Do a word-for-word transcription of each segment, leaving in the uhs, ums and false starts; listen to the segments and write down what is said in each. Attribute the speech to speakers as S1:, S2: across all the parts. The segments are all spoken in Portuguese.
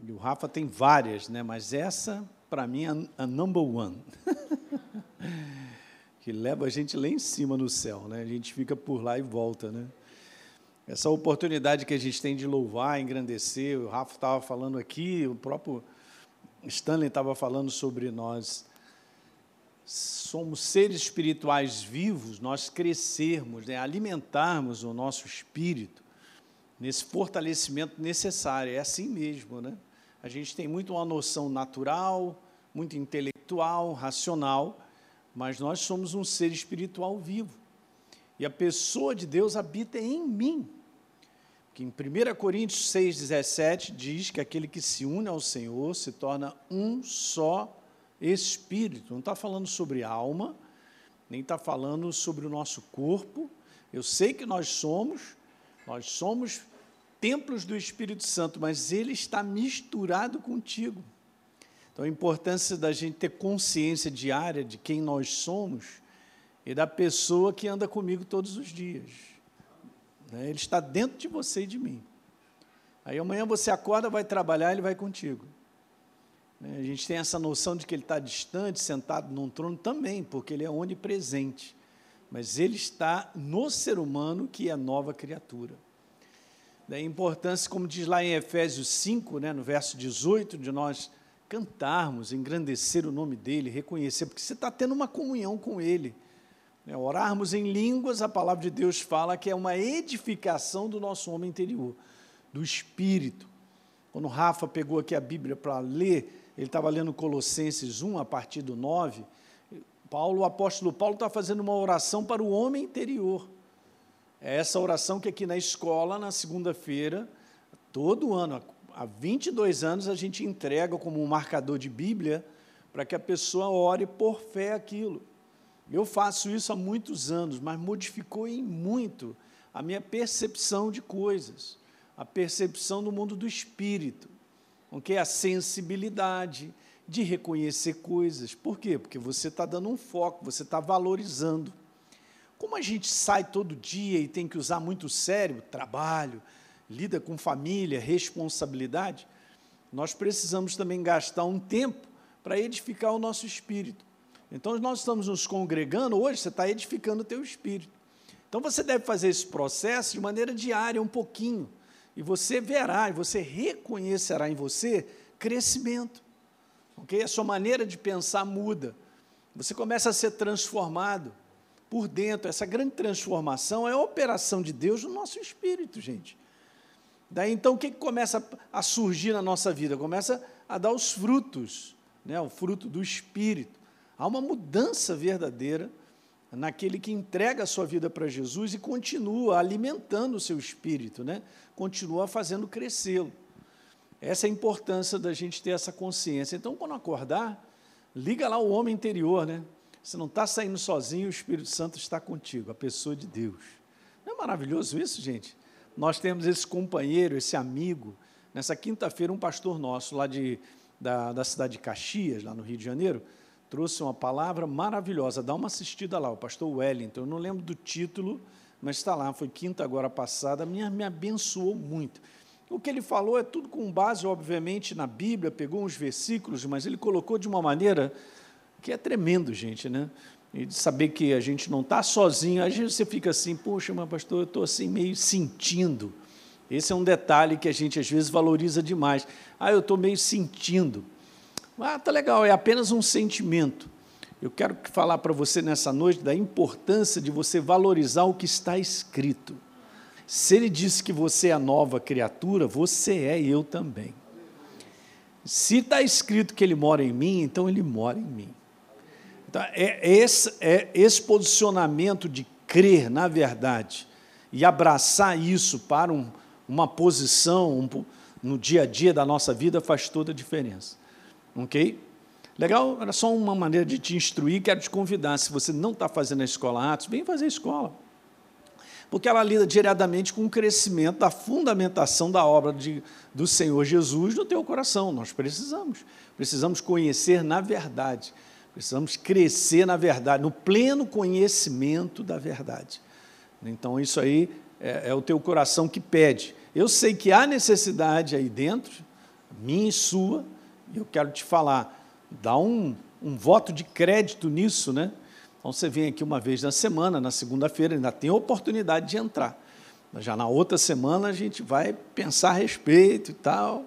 S1: E o Rafa tem várias, né? Mas essa, para mim, é a number one. Que leva a gente lá em cima no céu, né? A gente fica por lá e volta, né? Essa oportunidade que a gente tem de louvar, engrandecer, o Rafa estava falando aqui, o próprio Stanley estava falando sobre nós. Somos seres espirituais vivos, nós crescermos, né? Alimentarmos o nosso espírito nesse fortalecimento necessário. É assim mesmo, né? A gente tem muito uma noção natural, muito intelectual, racional, mas nós somos um ser espiritual vivo. E a pessoa de Deus habita em mim. Que em primeira Coríntios seis, dezessete diz que aquele que se une ao Senhor se torna um só espírito. Não está falando sobre alma, nem está falando sobre o nosso corpo. Eu sei que nós somos, nós somos templos do Espírito Santo, mas ele está misturado contigo. Então, a importância da gente ter consciência diária de quem nós somos e da pessoa que anda comigo todos os dias. Ele está dentro de você e de mim. Aí amanhã você acorda, vai trabalhar, ele vai contigo. A gente tem essa noção de que ele está distante, sentado num trono também, porque ele é onipresente. Mas ele está no ser humano, que é nova criatura. Daí a importância, como diz lá em Efésios cinco, né, no verso dezoito, de nós cantarmos, engrandecer o nome dele, reconhecer, porque você está tendo uma comunhão com ele. É, orarmos em línguas, a palavra de Deus fala que é uma edificação do nosso homem interior, do espírito. Quando o Rafa pegou aqui a Bíblia para ler, ele estava lendo Colossenses um, a partir do nove, Paulo, o apóstolo Paulo está fazendo uma oração para o homem interior. É essa oração que aqui na escola, na segunda-feira, todo ano, há vinte e dois anos, a gente entrega como um marcador de Bíblia para que a pessoa ore por fé aquilo. Eu faço isso há muitos anos, mas modificou em muito a minha percepção de coisas, a percepção do mundo do espírito, okay? A sensibilidade de reconhecer coisas. Por quê? Porque você está dando um foco, você está valorizando. Como a gente sai todo dia e tem que usar muito o cérebro, trabalho, lida com família, responsabilidade, nós precisamos também gastar um tempo para edificar o nosso espírito. Então, nós estamos nos congregando, hoje você está edificando o teu espírito. Então, você deve fazer esse processo de maneira diária, um pouquinho, e você verá, e você reconhecerá em você crescimento. Okay? A sua maneira de pensar muda. Você começa a ser transformado por dentro. Essa grande transformação é a operação de Deus no nosso espírito, gente. Daí, então, o que, que começa a surgir na nossa vida? Começa a dar os frutos, né? O fruto do espírito. Há uma mudança verdadeira naquele que entrega a sua vida para Jesus e continua alimentando o seu espírito, né? Continua fazendo crescê-lo. Essa é a importância da gente ter essa consciência. Então, quando acordar, liga lá o homem interior, né? Você não está saindo sozinho, o Espírito Santo está contigo, a pessoa de Deus. Não é maravilhoso isso, gente? Nós temos esse companheiro, esse amigo. Nessa quinta-feira, um pastor nosso, lá de, da, da cidade de Caxias, lá no Rio de Janeiro, trouxe uma palavra maravilhosa. Dá uma assistida lá, o pastor Wellington. Eu não lembro do título, mas está lá, foi quinta agora passada, me, me abençoou muito. O que ele falou é tudo com base, obviamente, na Bíblia, pegou uns versículos, mas ele colocou de uma maneira que é tremendo, gente, né? E de saber que a gente não está sozinho. Às vezes você fica assim, poxa, mas pastor, eu estou assim meio sentindo. Esse é um detalhe que a gente às vezes valoriza demais. Ah, eu estou meio sentindo. Ah, tá legal, é apenas um sentimento. Eu quero falar para você nessa noite da importância de você valorizar o que está escrito. Se ele disse que você é a nova criatura, você é eu também. Se está escrito que ele mora em mim, então ele mora em mim. Então, é esse, é esse posicionamento de crer na verdade e abraçar isso para um, uma posição um, no dia a dia da nossa vida faz toda a diferença. Ok? Legal? Era só uma maneira de te instruir, quero te convidar, se você não está fazendo a Escola Atos, vem fazer a escola. Porque ela lida diretamente com o crescimento da fundamentação da obra de, do Senhor Jesus no teu coração. Nós precisamos. Precisamos conhecer na verdade. Precisamos crescer na verdade, no pleno conhecimento da verdade. Então, isso aí é, é o teu coração que pede. Eu sei que há necessidade aí dentro, minha e sua, e eu quero te falar, dá um, um voto de crédito nisso, né? Então, você vem aqui uma vez na semana, na segunda-feira, ainda tem a oportunidade de entrar. Já na outra semana, a gente vai pensar a respeito e tal,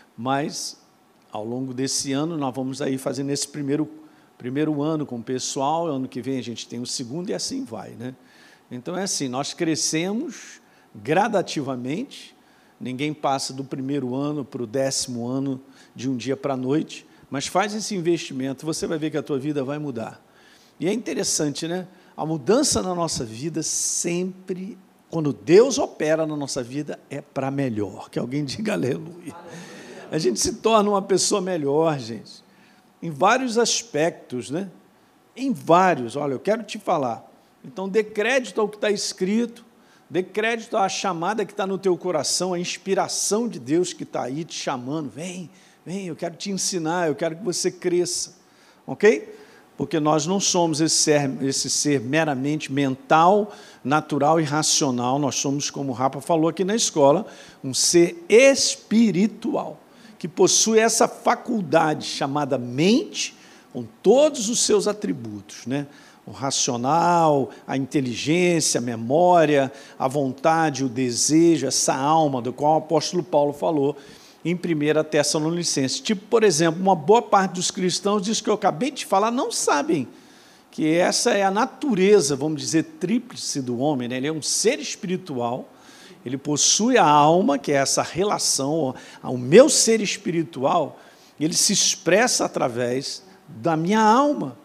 S1: mas, ao longo desse ano, nós vamos aí fazendo esse primeiro, primeiro ano com o pessoal, ano que vem a gente tem o segundo e assim vai, né? Então, é assim, nós crescemos gradativamente, ninguém passa do primeiro ano para o décimo ano de um dia para a noite, mas faz esse investimento, você vai ver que a tua vida vai mudar. E é interessante, né? A mudança na nossa vida sempre, quando Deus opera na nossa vida, é para melhor. Que alguém diga aleluia. A gente se torna uma pessoa melhor, gente, em vários aspectos, né? Em vários, olha, eu quero te falar. Então, dê crédito ao que está escrito, dê crédito à chamada que está no teu coração, à inspiração de Deus que está aí te chamando. Vem, vem, eu quero te ensinar, eu quero que você cresça, ok? Porque nós não somos esse ser, esse ser meramente mental, natural e racional, nós somos, como o Rafa falou aqui na escola, um ser espiritual, que possui essa faculdade chamada mente, com todos os seus atributos, né? O racional, a inteligência, a memória, a vontade, o desejo, essa alma, do qual o apóstolo Paulo falou, em primeira Tessalonicenses. Tipo, por exemplo, uma boa parte dos cristãos, diz que eu acabei de falar, não sabem que essa é a natureza, vamos dizer, tríplice do homem, né? Ele é um ser espiritual, ele possui a alma, que é essa relação, o meu ser espiritual, ele se expressa através da minha alma,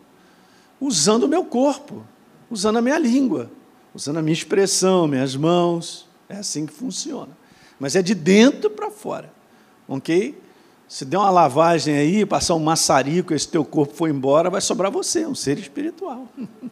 S1: usando o meu corpo, usando a minha língua, usando a minha expressão, minhas mãos, é assim que funciona. Mas é de dentro para fora. Ok? Se der uma lavagem aí, passar um maçarico, esse teu corpo foi embora, vai sobrar você, um ser espiritual.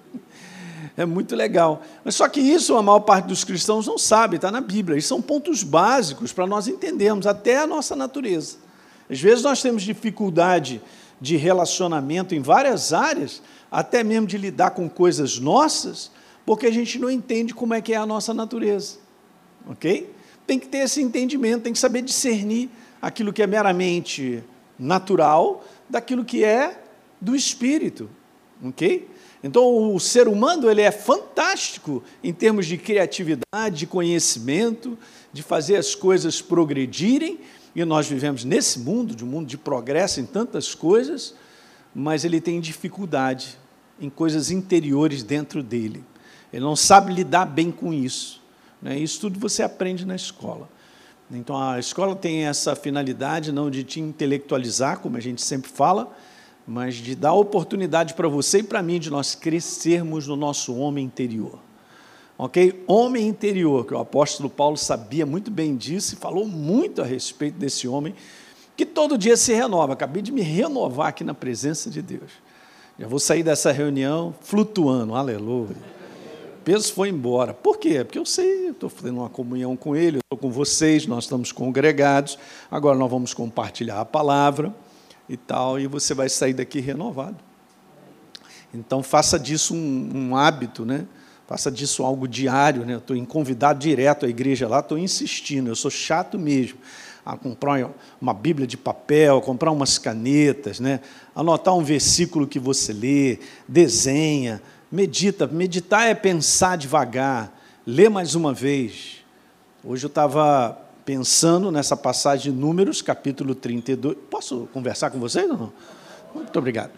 S1: É muito legal. Mas só que isso a maior parte dos cristãos não sabe, está na Bíblia. E são pontos básicos para nós entendermos até a nossa natureza. Às vezes nós temos dificuldade de relacionamento em várias áreas, até mesmo de lidar com coisas nossas, porque a gente não entende como é que é a nossa natureza. Ok? Tem que ter esse entendimento, tem que saber discernir aquilo que é meramente natural daquilo que é do espírito, ok? Então, o ser humano ele é fantástico em termos de criatividade, de conhecimento, de fazer as coisas progredirem, e nós vivemos nesse mundo, de um mundo de progresso em tantas coisas, mas ele tem dificuldade em coisas interiores dentro dele. Ele não sabe lidar bem com isso, né? Isso tudo você aprende na escola. Então, a escola tem essa finalidade, não de te intelectualizar, como a gente sempre fala, mas de dar oportunidade para você e para mim de nós crescermos no nosso homem interior. Ok? Homem interior, que o apóstolo Paulo sabia muito bem disso e falou muito a respeito desse homem, que todo dia se renova. Acabei de me renovar aqui na presença de Deus. Já vou sair dessa reunião flutuando, aleluia. O peso foi embora. Por quê? Porque eu sei, eu estou fazendo uma comunhão com ele, eu estou com vocês, nós estamos congregados, agora nós vamos compartilhar a palavra e tal, e você vai sair daqui renovado. Então, faça disso um, um hábito, né? Faça disso algo diário, né? Eu estou em convidado direto à igreja lá, estou insistindo, eu sou chato mesmo, a comprar uma Bíblia de papel, comprar umas canetas, né? Anotar um versículo que você lê, desenha, medita. Meditar é pensar devagar, ler mais uma vez. Hoje eu estava pensando nessa passagem de Números, capítulo trinta e dois. Posso conversar com vocês ou não? Muito obrigado.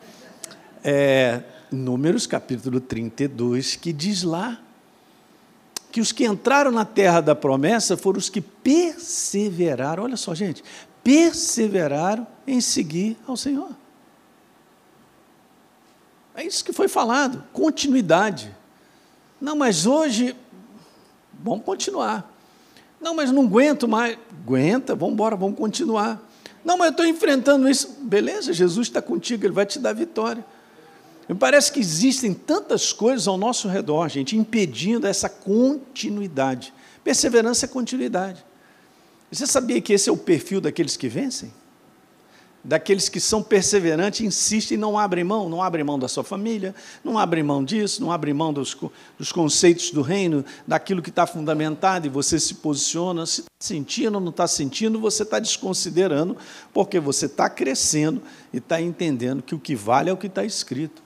S1: É, Números, capítulo trinta e dois, que diz lá que os que entraram na terra da promessa foram os que perseveraram, olha só, gente, perseveraram em seguir ao Senhor. É isso que foi falado, continuidade. Não, mas hoje, vamos continuar. Não, mas não aguento mais. Aguenta, vamos embora, vamos continuar. Não, mas eu estou enfrentando isso. Beleza, Jesus está contigo, Ele vai te dar vitória. Me parece que existem tantas coisas ao nosso redor, gente, impedindo essa continuidade. Perseverança é continuidade. Você sabia que esse é o perfil daqueles que vencem? daqueles que são perseverantes, insistem e não abrem mão, não abrem mão da sua família, não abrem mão disso, não abrem mão dos, dos conceitos do reino, daquilo que está fundamentado, e você se posiciona, se está sentindo ou não está sentindo, você está desconsiderando, porque você está crescendo e está entendendo que o que vale é o que está escrito.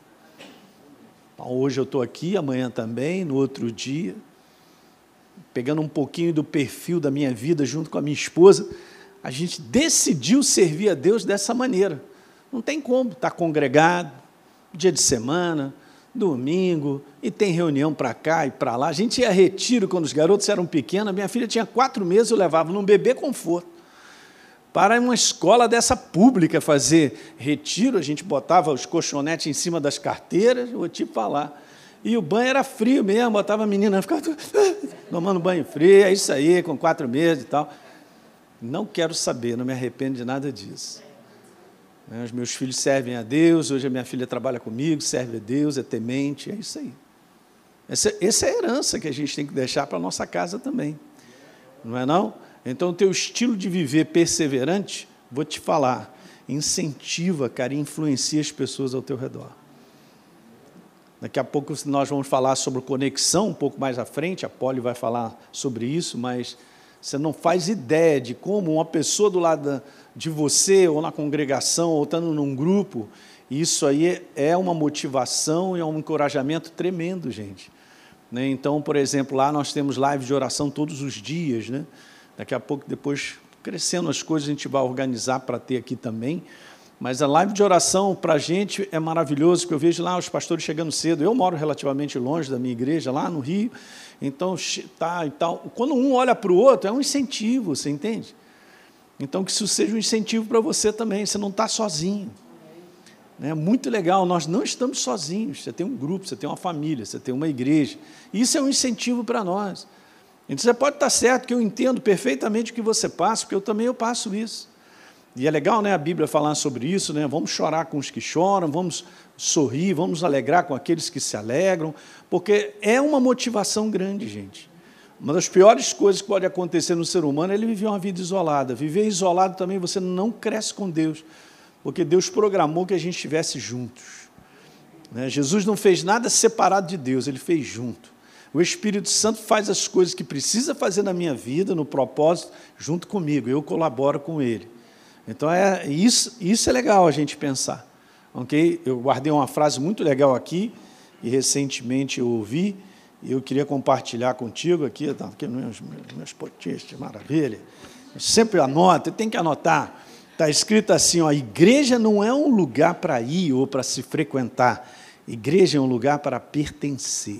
S1: Hoje eu estou aqui, amanhã também, no outro dia, pegando um pouquinho do perfil da minha vida junto com a minha esposa, a gente decidiu servir a Deus dessa maneira. Não tem como estar congregado, dia de semana, domingo, e tem reunião para cá e para lá. A gente ia a retiro quando os garotos eram pequenos, a minha filha tinha quatro meses, eu levava num bebê conforto, para uma escola dessa pública fazer retiro, a gente botava os colchonetes em cima das carteiras, vou te falar. E o banho era frio mesmo, botava a menina, ficava tomando banho frio, é isso aí, com quatro meses e tal. Não quero saber, não me arrependo de nada disso. Os meus filhos servem a Deus, hoje a minha filha trabalha comigo, serve a Deus, é temente, é isso aí. Essa, essa é a herança que a gente tem que deixar para a nossa casa também. Não é não? Então, o teu estilo de viver perseverante, vou te falar, incentiva, cara, e influencia as pessoas ao teu redor. Daqui a pouco nós vamos falar sobre conexão, um pouco mais à frente, a Polly vai falar sobre isso, mas você não faz ideia de como uma pessoa do lado de você, ou na congregação, ou estando num grupo, isso aí é uma motivação e é um encorajamento tremendo, gente. Então, por exemplo, lá nós temos live de oração todos os dias, né? Daqui a pouco, depois, crescendo as coisas, a gente vai organizar para ter aqui também. Mas a live de oração, para a gente, é maravilhoso, porque eu vejo lá os pastores chegando cedo. Eu moro relativamente longe da minha igreja, lá no Rio, então, tá e tal. Quando um olha para o outro, é um incentivo, você entende? Então, que isso seja um incentivo para você também, você não está sozinho. É muito legal, nós não estamos sozinhos, você tem um grupo, você tem uma família, você tem uma igreja. Isso é um incentivo para nós. Então, você pode estar certo que eu entendo perfeitamente o que você passa, porque eu também eu passo isso. E é legal, né, a Bíblia falar sobre isso, né? Vamos chorar com os que choram, vamos sorrir, vamos nos alegrar com aqueles que se alegram, porque é uma motivação grande, gente. Uma das piores coisas que pode acontecer no ser humano é ele viver uma vida isolada. Viver isolado também, você não cresce com Deus, porque Deus programou que a gente estivesse juntos. Né? Jesus não fez nada separado de Deus, Ele fez junto. O Espírito Santo faz as coisas que precisa fazer na minha vida, no propósito, junto comigo, eu colaboro com Ele. Então, é, isso, isso é legal a gente pensar. Okay? Eu guardei uma frase muito legal aqui, e recentemente eu ouvi, e eu queria compartilhar contigo aqui, tá, aqui meus, meus potistas, maravilha. Eu sempre anoto, tem que anotar. Está escrito assim, ó, igreja não é um lugar para ir ou para se frequentar. Igreja é um lugar para pertencer.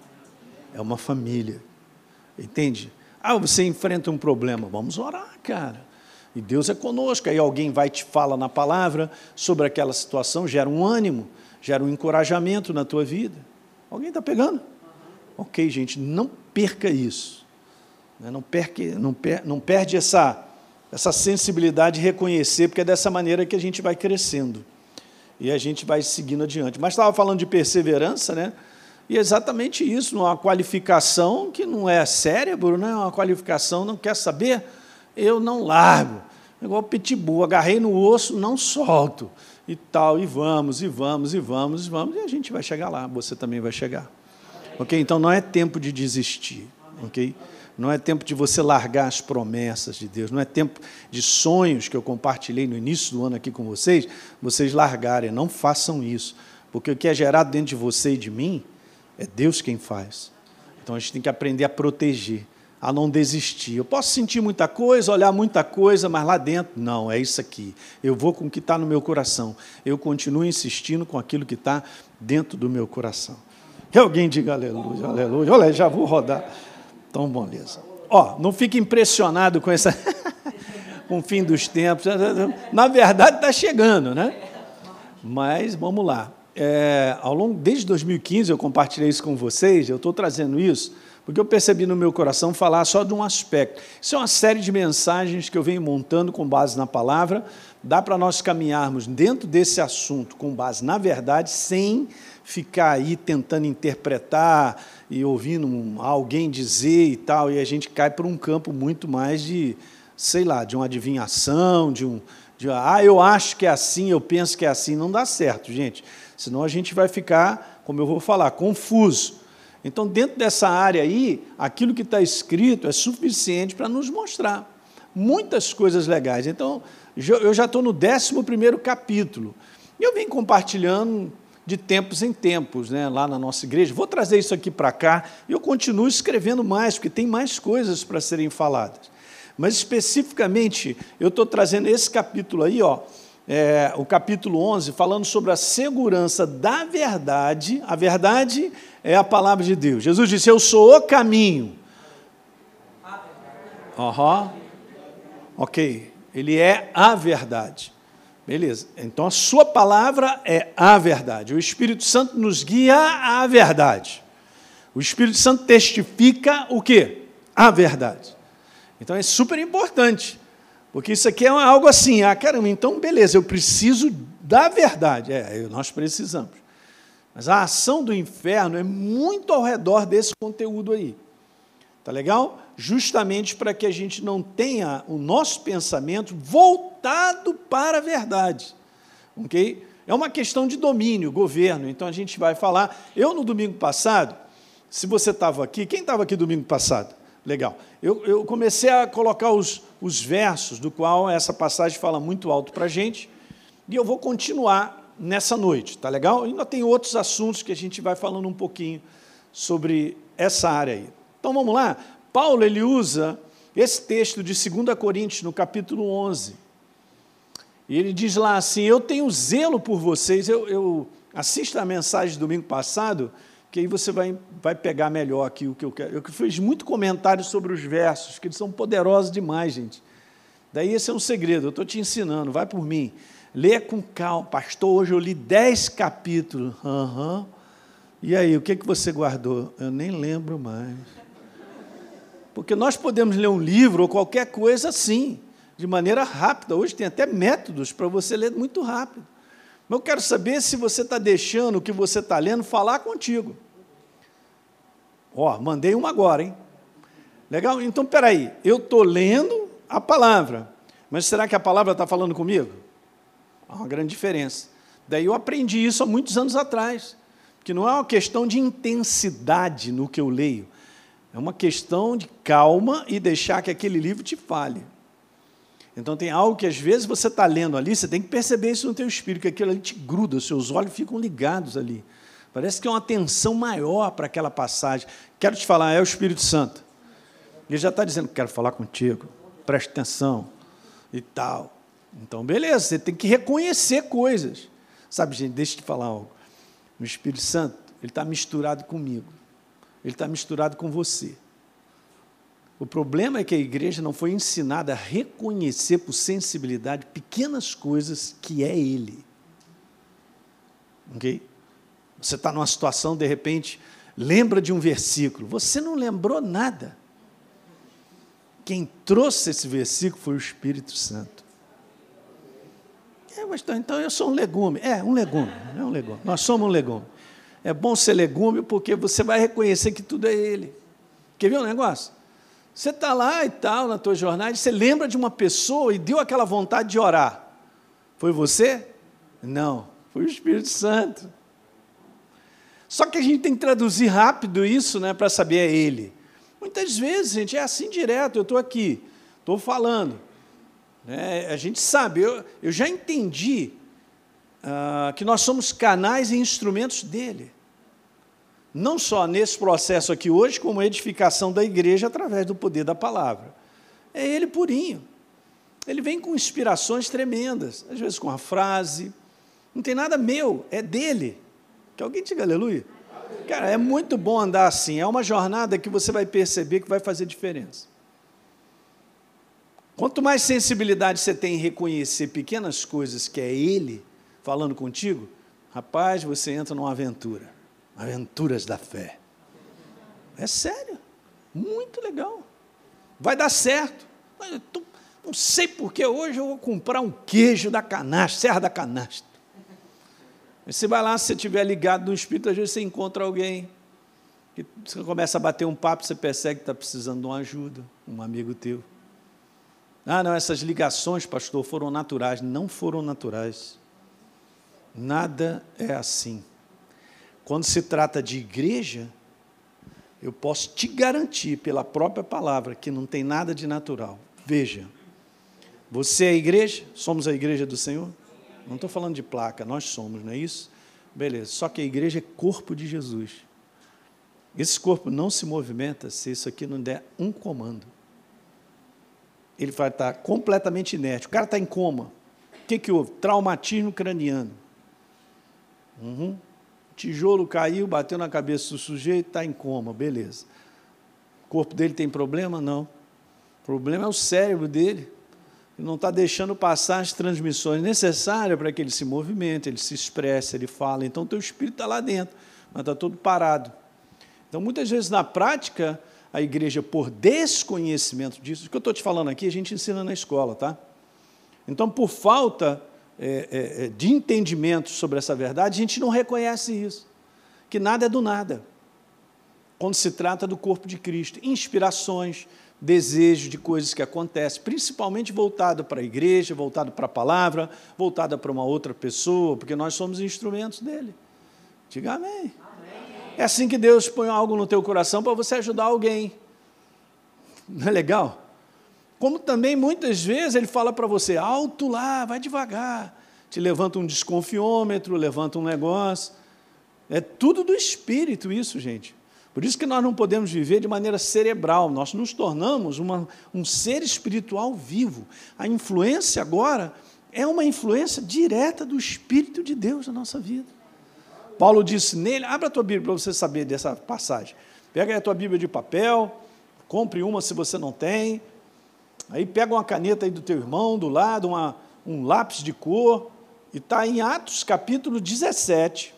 S1: É uma família. Entende? Ah, você enfrenta um problema. Vamos orar, cara. E Deus é conosco. Aí alguém vai e te fala na palavra sobre aquela situação, gera um ânimo, gera um encorajamento na tua vida. Alguém está pegando? Ok, gente, não perca isso. Não, perca, não, per, não perde essa, essa sensibilidade de reconhecer, porque é dessa maneira que a gente vai crescendo. E a gente vai seguindo adiante. Mas estava falando de perseverança, né? E é exatamente isso, uma qualificação que não é cérebro, né? Uma qualificação, não quer saber, eu não largo. Igual pitbull, agarrei no osso, não solto. E tal, e vamos, e vamos, e vamos, e vamos, e a gente vai chegar lá, você também vai chegar. Ok? Então, não é tempo de desistir, ok? Não é tempo de você largar as promessas de Deus, não é tempo de sonhos que eu compartilhei no início do ano aqui com vocês, vocês largarem, não façam isso, porque o que é gerado dentro de você e de mim, é Deus quem faz. Então, a gente tem que aprender a proteger, a não desistir. Eu posso sentir muita coisa, olhar muita coisa, mas lá dentro, não, é isso aqui. Eu vou com o que está no meu coração. Eu continuo insistindo com aquilo que está dentro do meu coração. Que alguém diga aleluia, aleluia. Olha, já vou rodar. Então, beleza. Ó, não fique impressionado com essa... com o fim dos tempos. Na verdade, está chegando, né? Mas, vamos lá. É, ao longo, desde dois mil e quinze, eu compartilhei isso com vocês, eu estou trazendo isso, porque eu percebi no meu coração falar só de um aspecto. Isso é uma série de mensagens que eu venho montando com base na palavra, dá para nós caminharmos dentro desse assunto com base na verdade, sem ficar aí tentando interpretar e ouvindo alguém dizer e tal, e a gente cai para um campo muito mais de, sei lá, de uma adivinhação, de um... De, ah, eu acho que é assim, eu penso que é assim, não dá certo, gente. Senão a gente vai ficar, como eu vou falar, confuso. Então, dentro dessa área aí, aquilo que está escrito é suficiente para nos mostrar muitas coisas legais. Então, eu já estou no décimo primeiro capítulo. E eu venho compartilhando de tempos em tempos, né, lá na nossa igreja. Vou trazer isso aqui para cá e eu continuo escrevendo mais, porque tem mais coisas para serem faladas. Mas, especificamente, eu estou trazendo esse capítulo aí, ó, é, o capítulo onze, falando sobre a segurança da verdade. A verdade é a palavra de Deus. Jesus disse, eu sou o caminho. Aham. Uhum. Ok. Ele é a verdade. Beleza. Então, a sua palavra é a verdade. O Espírito Santo nos guia à verdade. O Espírito Santo testifica o quê? A verdade. Então, é super importante, porque isso aqui é algo assim, ah, caramba, então, beleza, eu preciso da verdade. É, nós precisamos. Mas a ação do inferno é muito ao redor desse conteúdo aí. Tá legal? Justamente para que a gente não tenha o nosso pensamento voltado para a verdade. Ok? É uma questão de domínio, governo. Então, a gente vai falar. Eu, no domingo passado, se você estava aqui, quem estava aqui domingo passado? Legal. Eu, eu comecei a colocar os, os versos, do qual essa passagem fala muito alto para a gente, e eu vou continuar nessa noite, tá legal? E ainda tem outros assuntos que a gente vai falando um pouquinho sobre essa área aí. Então, vamos lá? Paulo, ele usa esse texto de segunda Coríntios, no capítulo onze, e ele diz lá assim, eu tenho zelo por vocês, eu, eu assisto a mensagem do domingo passado, que aí você vai, vai pegar melhor aqui o que eu quero. Eu fiz muito comentário sobre os versos, que eles são poderosos demais, gente. Daí esse é um segredo, eu estou te ensinando, vai por mim. Lê com calma. Pastor, hoje eu li dez capítulos. Uhum. E aí, o que, que você guardou? Eu nem lembro mais. Porque nós podemos ler um livro ou qualquer coisa assim, de maneira rápida. Hoje tem até métodos para você ler muito rápido. Mas eu quero saber se você está deixando o que você está lendo falar contigo. Ó, mandei uma agora, hein? Legal? Então, espera aí. Eu estou lendo a palavra, mas será que a palavra está falando comigo? Há uma grande diferença. Daí eu aprendi isso há muitos anos atrás, que não é uma questão de intensidade no que eu leio, é uma questão de calma e deixar que aquele livro te fale. Então, tem algo que, às vezes, você está lendo ali, você tem que perceber isso no teu espírito, que aquilo ali te gruda, os seus olhos ficam ligados ali. Parece que é uma atenção maior para aquela passagem. Quero te falar, é o Espírito Santo. Ele já está dizendo, quero falar contigo, preste atenção e tal. Então, beleza, você tem que reconhecer coisas. Sabe, gente, deixa eu te falar algo. O Espírito Santo, ele está misturado comigo. Ele está misturado com você. O problema é que a igreja não foi ensinada a reconhecer por sensibilidade pequenas coisas que é Ele. Ok? Você está numa situação, de repente, lembra de um versículo. Você não lembrou nada. Quem trouxe esse versículo foi o Espírito Santo. É, mas então eu sou um legume. É, um legume. É um legume. Nós somos um legume. É bom ser legume porque você vai reconhecer que tudo é Ele. Quer ver um negócio? Você está lá e tal, na tua jornada, e você lembra de uma pessoa e deu aquela vontade de orar. Foi você? Não, foi o Espírito Santo. Só que a gente tem que traduzir rápido isso, né, para saber é Ele. Muitas vezes, gente, é assim direto, eu estou aqui, estou falando. Né, a gente sabe, eu, eu já entendi ah, que nós somos canais e instrumentos dEle. Não só nesse processo aqui hoje, como a edificação da igreja através do poder da palavra. É Ele purinho. Ele vem com inspirações tremendas, às vezes com a frase, não tem nada meu, é dele. Que alguém diga aleluia. Cara, é muito bom andar assim, é uma jornada que você vai perceber que vai fazer diferença. Quanto mais sensibilidade você tem em reconhecer pequenas coisas que é Ele falando contigo, rapaz, você entra numa aventura. Aventuras da fé. É sério. Muito legal. Vai dar certo. Eu tô, não sei porque hoje eu vou comprar um queijo da canastra, Serra da Canastra. Você vai lá, se você estiver ligado no Espírito, às vezes você encontra alguém, que você começa a bater um papo, você percebe que está precisando de uma ajuda, um amigo teu. Ah, não, essas ligações, pastor, foram naturais. Não foram naturais. Nada é assim. Quando se trata de igreja, eu posso te garantir, pela própria palavra, que não tem nada de natural. Veja, você é a igreja? Somos a igreja do Senhor? Não estou falando de placa, nós somos, não é isso? Beleza, só que a igreja é corpo de Jesus. Esse corpo não se movimenta se isso aqui não der um comando. Ele vai estar completamente inerte. O cara está em coma. O que, que houve? Traumatismo craniano. Uhum. Tijolo caiu, bateu na cabeça do sujeito, está em coma, beleza. O corpo dele tem problema? Não. O problema é o cérebro dele. Ele não está deixando passar as transmissões necessárias para que ele se movimente, ele se expresse, ele fala. Então, o teu espírito está lá dentro, mas está todo parado. Então, muitas vezes, na prática, a igreja, por desconhecimento disso, o que eu estou te falando aqui, a gente ensina na escola, tá? Então, por falta é, é, de entendimento sobre essa verdade, a gente não reconhece isso, que nada é do nada, quando se trata do corpo de Cristo. Inspirações, desejos de coisas que acontecem, principalmente voltado para a igreja, voltado para a palavra, voltado para uma outra pessoa, porque nós somos instrumentos dele. Diga amém. É assim que Deus põe algo no teu coração para você ajudar alguém. Não é legal? Como também, muitas vezes, Ele fala para você, alto lá, vai devagar. Te levanta um desconfiômetro, levanta um negócio. É tudo do Espírito isso, gente. Por isso que nós não podemos viver de maneira cerebral. Nós nos tornamos uma, um ser espiritual vivo. A influência agora é uma influência direta do Espírito de Deus na nossa vida. Paulo disse nele, abra a tua Bíblia para você saber dessa passagem. Pega aí a tua Bíblia de papel, compre uma se você não tem, aí pega uma caneta aí do teu irmão, do lado, uma, um lápis de cor, e está em Atos capítulo dezessete,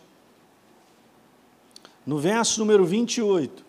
S1: no verso número vinte e oito.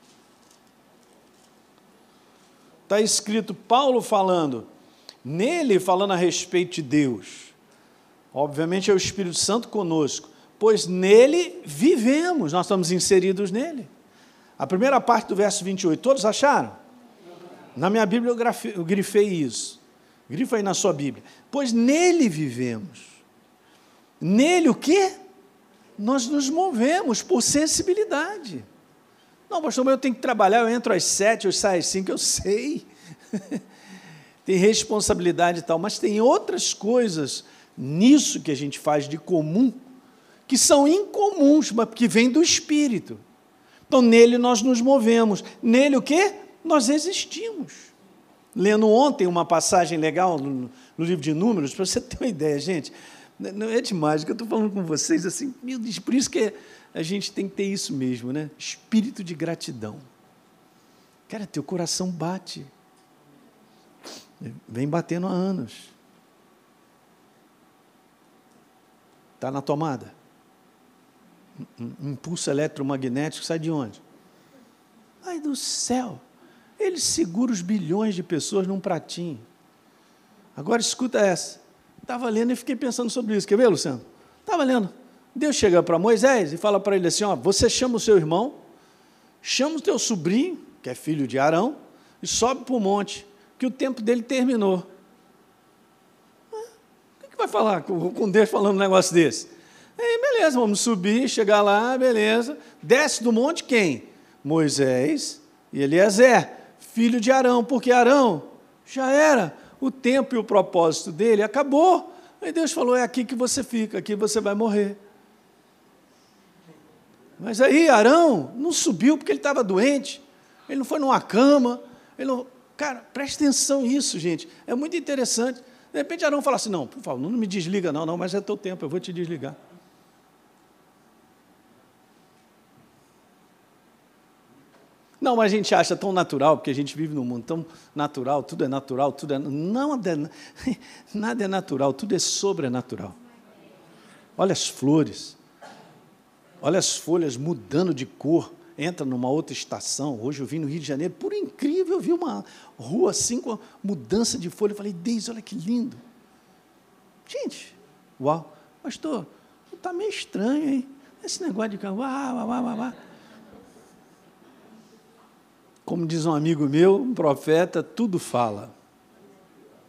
S1: Está escrito Paulo falando, nele falando a respeito de Deus, obviamente é o Espírito Santo conosco, pois nele vivemos, nós estamos inseridos nele. A primeira parte do verso vinte e oito, todos acharam? Na minha Bíblia eu, grafei, eu grifei isso. Grifa aí na sua Bíblia. Pois nele vivemos. Nele o quê? Nós nos movemos por sensibilidade. Não, pastor, mas eu tenho que trabalhar, eu entro às sete, eu saio às cinco, eu sei. Tem responsabilidade e tal, mas tem outras coisas nisso que a gente faz de comum, que são incomuns, mas que vêm do Espírito. Então, nele nós nos movemos. Nele o quê? Nós existimos. Lendo ontem uma passagem legal no, no livro de Números, para você ter uma ideia, gente, não é demais, que eu estou falando com vocês, assim, meu Deus, por isso que a gente tem que ter isso mesmo, né? Espírito de gratidão. Cara, teu coração bate. Vem batendo há anos. Está na tomada. Um impulso eletromagnético sai de onde? Ai do céu, ele segura os bilhões de pessoas num pratinho. Agora escuta essa, estava lendo e fiquei pensando sobre isso, quer ver, Luciano? Estava lendo, Deus chega para Moisés e fala para ele assim, ó, você chama o seu irmão, chama o teu sobrinho, que é filho de Arão, e sobe para o monte, que o tempo dele terminou. O que vai falar com Deus falando um negócio desse? Aí, beleza, vamos subir, chegar lá, beleza. Desce do monte quem? Moisés e Eliezer, filho de Arão, porque Arão já era o tempo e o propósito dele, acabou. Aí Deus falou, é aqui que você fica, aqui você vai morrer. Mas aí Arão não subiu porque ele estava doente, ele não foi numa cama, ele não... Cara, presta atenção nisso, gente, é muito interessante. De repente Arão fala assim, não, por favor, não me desliga não, não, mas é teu tempo, eu vou te desligar. Não, mas a gente acha tão natural, porque a gente vive num mundo tão natural, tudo é natural, tudo é... Não, nada é natural, tudo é sobrenatural. Olha as flores, olha as folhas mudando de cor, entra numa outra estação. Hoje eu vim no Rio de Janeiro, por incrível, eu vi uma rua assim com mudança de folha, eu falei, Deus, olha que lindo. Gente, uau, pastor, está meio estranho, hein? Esse negócio de... Uau, uau, uau, uau, uau. Como diz um amigo meu, um profeta, tudo fala.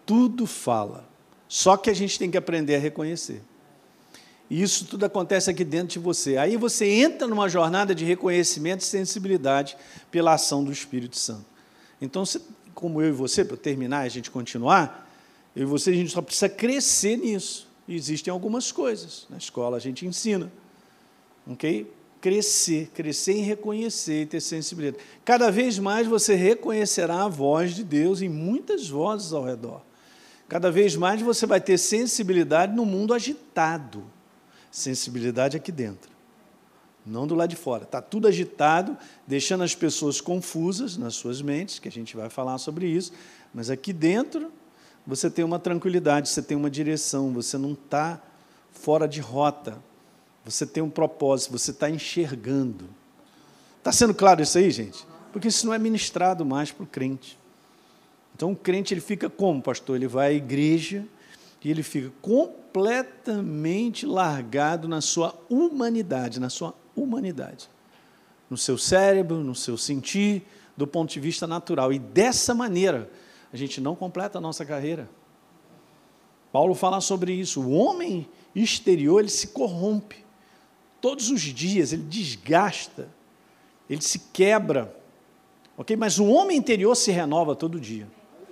S1: tudo fala. Só que a gente tem que aprender a reconhecer. E isso tudo acontece aqui dentro de você. Aí você entra numa jornada de reconhecimento e sensibilidade pela ação do Espírito Santo. Então, você, como eu e você, para terminar e a gente continuar, eu e você, a gente só precisa crescer nisso. E existem algumas coisas. Na escola a gente ensina. Ok? Crescer, crescer em reconhecer e ter sensibilidade. Cada vez mais você reconhecerá a voz de Deus em muitas vozes ao redor. Cada vez mais você vai ter sensibilidade no mundo agitado. Sensibilidade aqui dentro, não do lado de fora. Está tudo agitado, deixando as pessoas confusas nas suas mentes, que a gente vai falar sobre isso, mas aqui dentro você tem uma tranquilidade, você tem uma direção, você não está fora de rota, você tem um propósito, você está enxergando. Está sendo claro isso aí, gente? Porque isso não é ministrado mais para o crente. Então, o crente ele fica como, pastor? Ele vai à igreja e ele fica completamente largado na sua humanidade, na sua humanidade, no seu cérebro, no seu sentir, do ponto de vista natural. E dessa maneira, a gente não completa a nossa carreira. Paulo fala sobre isso. O homem exterior, ele se corrompe. Todos os dias, ele desgasta, ele se quebra. Ok? Mas o homem interior se renova todo dia.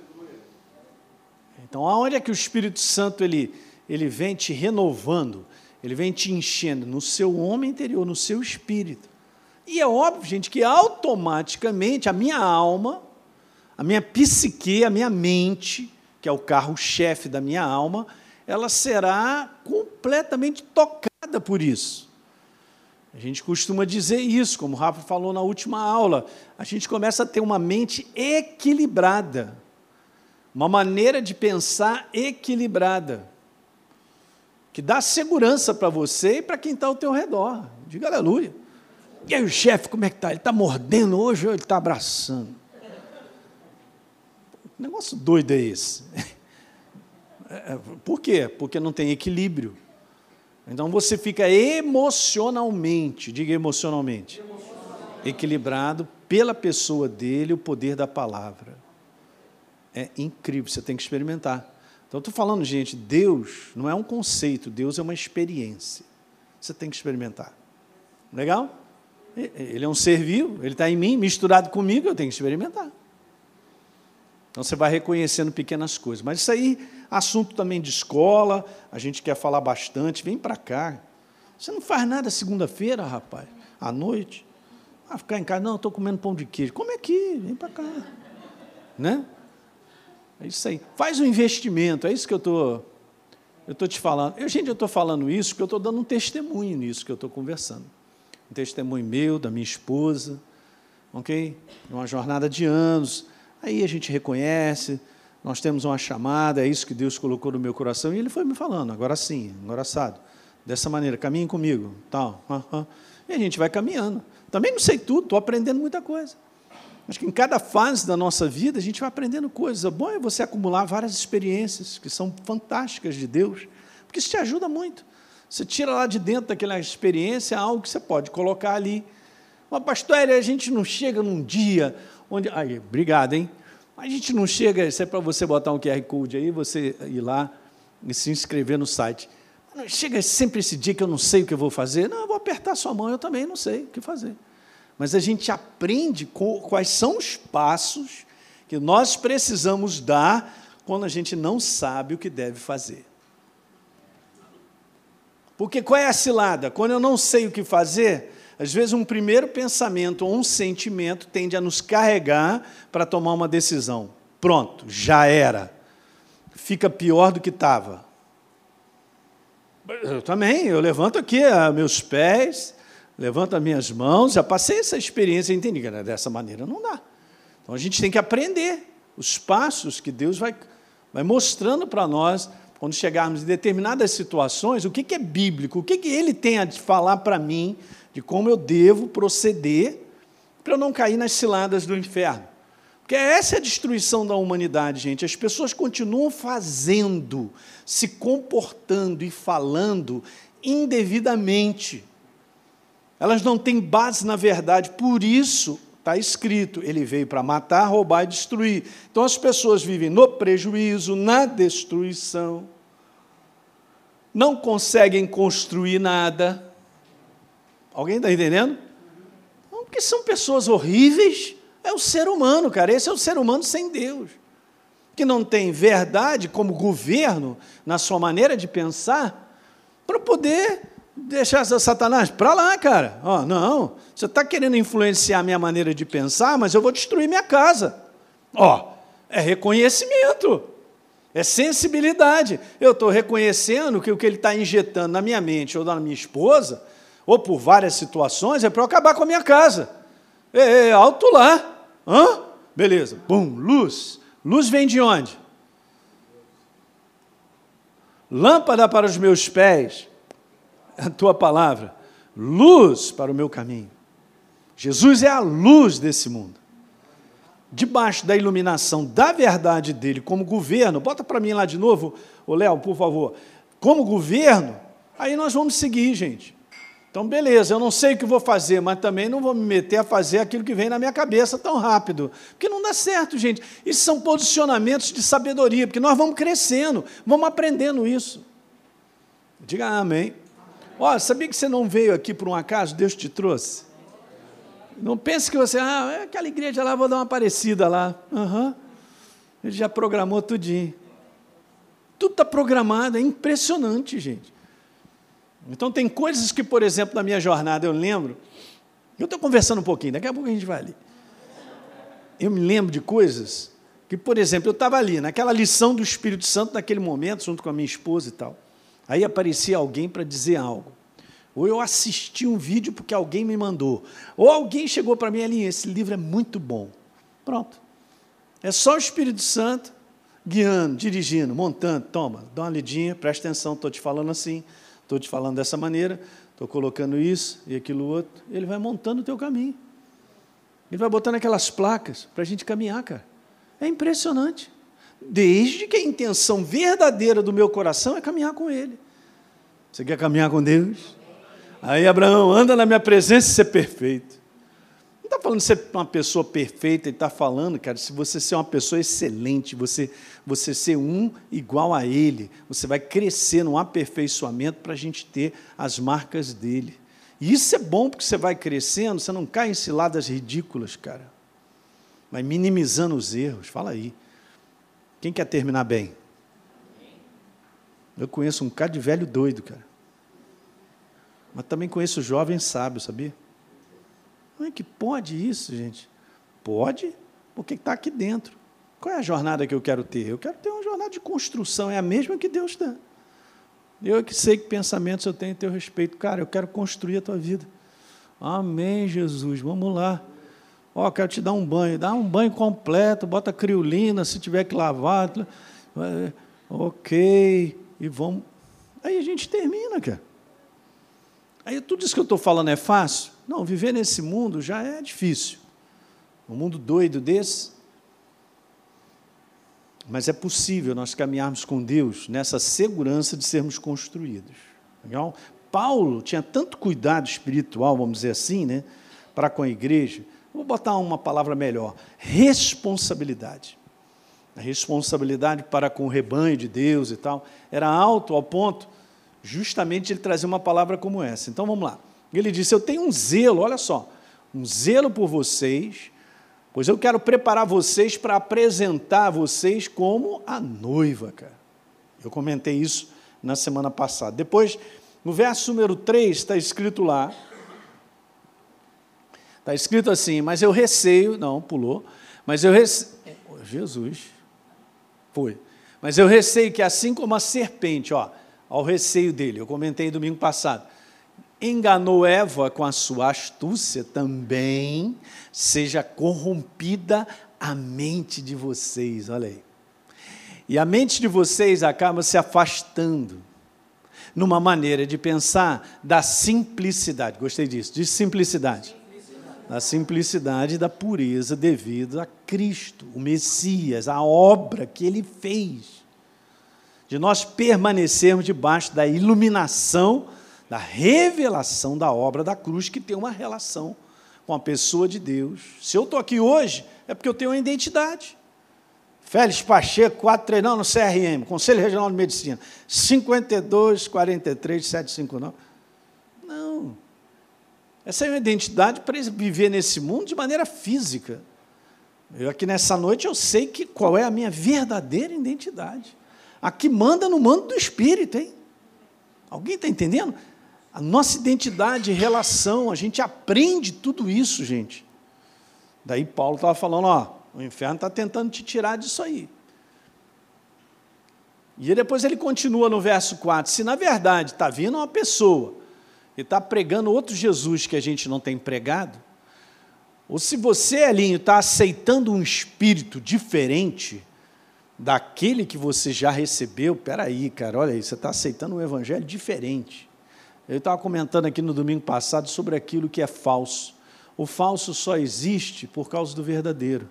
S1: Então, aonde é que o Espírito Santo ele, ele vem te renovando, ele vem te enchendo no seu homem interior, no seu espírito. E é óbvio, gente, que automaticamente a minha alma, a minha psique, a minha mente, que é o carro-chefe da minha alma, ela será completamente tocada por isso. A gente costuma dizer isso, como o Rafa falou na última aula, a gente começa a ter uma mente equilibrada, uma maneira de pensar equilibrada, que dá segurança para você e para quem está ao teu redor. Diga aleluia. E aí o chefe, como é que está? Ele está mordendo hoje ou ele está abraçando? Que negócio doido é esse? Por quê? Porque não tem equilíbrio. Então você fica emocionalmente, diga emocionalmente, emocionalmente, equilibrado pela pessoa dele, o poder da palavra. É incrível, você tem que experimentar. Então, eu estou falando, gente, Deus não é um conceito, Deus é uma experiência. Você tem que experimentar. Legal? Ele é um ser vivo, ele está em mim, misturado comigo, eu tenho que experimentar. Então, você vai reconhecendo pequenas coisas. Mas isso aí, assunto também de escola, a gente quer falar bastante, vem para cá. Você não faz nada segunda-feira, rapaz, à noite? Ah, ficar em casa, não, estou comendo pão de queijo. Come aqui, vem para cá. Né? É isso aí. Faz um investimento, é isso que eu estou eu estou te falando. Eu, gente, eu estou falando isso porque eu estou dando um testemunho nisso que eu estou conversando. Um testemunho meu, da minha esposa, ok? Uma jornada de anos. Aí a gente reconhece, nós temos uma chamada, é isso que Deus colocou no meu coração, e Ele foi me falando, agora sim, agora assado, dessa maneira, caminhe comigo, tal, uh, uh, e a gente vai caminhando. Também não sei tudo, estou aprendendo muita coisa. Acho que em cada fase da nossa vida, a gente vai aprendendo coisas. O bom é você acumular várias experiências, que são fantásticas de Deus, porque isso te ajuda muito. Você tira lá de dentro daquela experiência algo que você pode colocar ali. Mas, pastor, a gente não chega num dia onde... Aí, obrigado, hein? A gente não chega, isso é para você botar um Q R Code aí, você ir lá e se inscrever no site. Não chega sempre esse dia que eu não sei o que eu vou fazer. Não, eu vou apertar sua mão, eu também não sei o que fazer. Mas a gente aprende quais são os passos que nós precisamos dar quando a gente não sabe o que deve fazer. Porque qual é a cilada? Quando eu não sei o que fazer, às vezes um primeiro pensamento ou um sentimento tende a nos carregar para tomar uma decisão. Pronto, já era. Fica pior do que estava. Eu também, eu levanto aqui meus pés, levanto as minhas mãos, já passei essa experiência e entendi que dessa maneira não dá. Então a gente tem que aprender os passos que Deus vai, vai mostrando para nós, quando chegarmos em determinadas situações, o que, que é bíblico, o que, que Ele tem a falar para mim, de como eu devo proceder, para eu não cair nas ciladas do inferno. Porque essa é a destruição da humanidade, gente. As pessoas continuam fazendo, se comportando e falando indevidamente. Elas não têm base na verdade, por isso Está escrito, ele veio para matar, roubar e destruir. Então as pessoas vivem no prejuízo, na destruição, não conseguem construir nada. Alguém está entendendo? Porque são pessoas horríveis. É o ser humano, cara. Esse é o ser humano sem Deus, que não tem verdade como governo na sua maneira de pensar, para poder deixar Satanás para lá, cara. Oh, não, você está querendo influenciar a minha maneira de pensar, mas eu vou destruir minha casa. Ó, oh, é reconhecimento, é sensibilidade. Eu estou reconhecendo que o que ele está injetando na minha mente ou na minha esposa, ou por várias situações, é para eu acabar com a minha casa. É, é alto lá. Hã? Beleza. Bum, luz. Luz vem de onde? Lâmpada para os meus pés, a tua palavra, luz para o meu caminho. Jesus é a luz desse mundo. Debaixo da iluminação da verdade dele como governo, bota para mim lá de novo, ô Léo, por favor, como governo, aí nós vamos seguir, gente. Então, beleza, eu não sei o que vou fazer, mas também não vou me meter a fazer aquilo que vem na minha cabeça tão rápido, porque não dá certo, gente. Isso são posicionamentos de sabedoria, porque nós vamos crescendo, vamos aprendendo isso. Diga amém. Ó, sabia que você não veio aqui por um acaso? Deus te trouxe. Não pense que você, ah, é aquela igreja lá, vou dar uma parecida lá. Uhum. Ele já programou tudinho. Tudo está programado, é impressionante, gente. Então, tem coisas que, por exemplo, na minha jornada, eu lembro, eu estou conversando um pouquinho, daqui a pouco a gente vai ali. Eu me lembro de coisas que, por exemplo, eu estava ali, naquela lição do Espírito Santo, naquele momento, junto com a minha esposa e tal. Aí aparecia alguém para dizer algo. Ou eu assisti um vídeo porque alguém me mandou. Ou alguém chegou para mim ali, esse livro é muito bom. Pronto. É só o Espírito Santo guiando, dirigindo, montando. Toma, dá uma lidinha, presta atenção, estou te falando assim, estou te falando dessa maneira, estou colocando isso e aquilo outro. Ele vai montando o teu caminho. Ele vai botando aquelas placas para a gente caminhar, cara. É impressionante. Desde que a intenção verdadeira do meu coração é caminhar com Ele. Você quer caminhar com Deus? Aí, Abraão, anda na minha presença e ser perfeito. Não está falando de ser uma pessoa perfeita, ele está falando, cara, se você ser uma pessoa excelente, você, você ser um igual a Ele, você vai crescer num aperfeiçoamento para a gente ter as marcas dEle. E isso é bom, porque você vai crescendo, você não cai em ciladas ridículas, cara. Vai minimizando os erros. Fala aí. Quem quer terminar bem? Eu conheço um cara de velho doido, cara. Mas também conheço jovem sábio, sabia? Como é que pode isso, gente? Pode, porque está aqui dentro. Qual é a jornada que eu quero ter? Eu quero ter uma jornada de construção, é a mesma que Deus dá. Eu que sei que pensamentos eu tenho a teu respeito. Cara, eu quero construir a tua vida. Amém, Jesus, vamos lá. Ó, quero te dar um banho. Dá um banho completo, bota criolina, se tiver que lavar. Ok, e vamos... Aí a gente termina, cara. Aí tudo isso que eu estou falando é fácil? Não, viver nesse mundo já é difícil. Um mundo doido desse. Mas é possível nós caminharmos com Deus nessa segurança de sermos construídos. Legal? Paulo tinha tanto cuidado espiritual, vamos dizer assim, né, para com a igreja. Vou botar uma palavra melhor. Responsabilidade. A responsabilidade para com o rebanho de Deus e tal. Era alto ao ponto... justamente ele trazia uma palavra como essa. Então, vamos lá. Ele disse, eu tenho um zelo, olha só, um zelo por vocês, pois eu quero preparar vocês para apresentar vocês como a noiva, cara. Eu comentei isso na semana passada. Depois, no verso número três, está escrito lá, está escrito assim, mas eu receio, não, pulou, mas eu receio, Jesus, foi, mas eu receio que assim como a serpente, ó, ao receio dele, eu comentei domingo passado, enganou Eva com a sua astúcia, também seja corrompida a mente de vocês, olha aí. E a mente de vocês acaba se afastando numa maneira de pensar da simplicidade, gostei disso, de simplicidade. Da simplicidade e da pureza devido a Cristo, o Messias, a obra que Ele fez. De nós permanecermos debaixo da iluminação, da revelação da obra da cruz, que tem uma relação com a pessoa de Deus. Se eu estou aqui hoje, é porque eu tenho uma identidade. Félix Pacheco, quatro três nove, no C R M, Conselho Regional de Medicina, cinquenta e dois, quarenta e três, setecentos e cinquenta e nove. Não. Essa é uma identidade para viver nesse mundo de maneira física. Eu aqui nessa noite, eu sei que, qual é a minha verdadeira identidade. A que manda no mando do Espírito, hein? Alguém está entendendo? A nossa identidade, relação, a gente aprende tudo isso, gente. Daí Paulo estava falando, ó, o inferno está tentando te tirar disso aí. E depois ele continua no verso quatro, se na verdade está vindo uma pessoa e está pregando outro Jesus que a gente não tem pregado, ou se você, Elinho, está aceitando um espírito diferente daquele que você já recebeu, peraí, cara, olha aí, você está aceitando um evangelho diferente. Eu estava comentando aqui no domingo passado sobre aquilo que é falso. O falso só existe por causa do verdadeiro.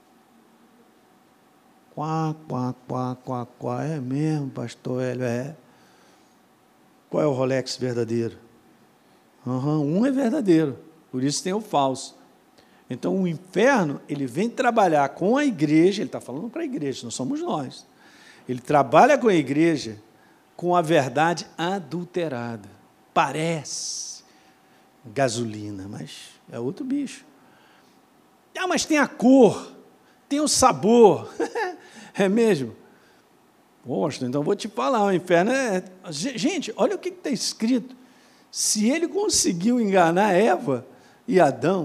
S1: Quá, quá, quá, quá, quá, é mesmo, pastor Hélio, é. Qual é o Rolex verdadeiro? Uhum, um é verdadeiro, por isso tem o falso. Então, o inferno, ele vem trabalhar com a igreja, ele está falando para a igreja, não somos nós. Ele trabalha com a igreja com a verdade adulterada. Parece gasolina, mas é outro bicho. Ah, mas tem a cor, tem o sabor. É mesmo? Poxa, então vou te falar, o inferno é... Gente, olha o que está escrito. Se ele conseguiu enganar Eva e Adão,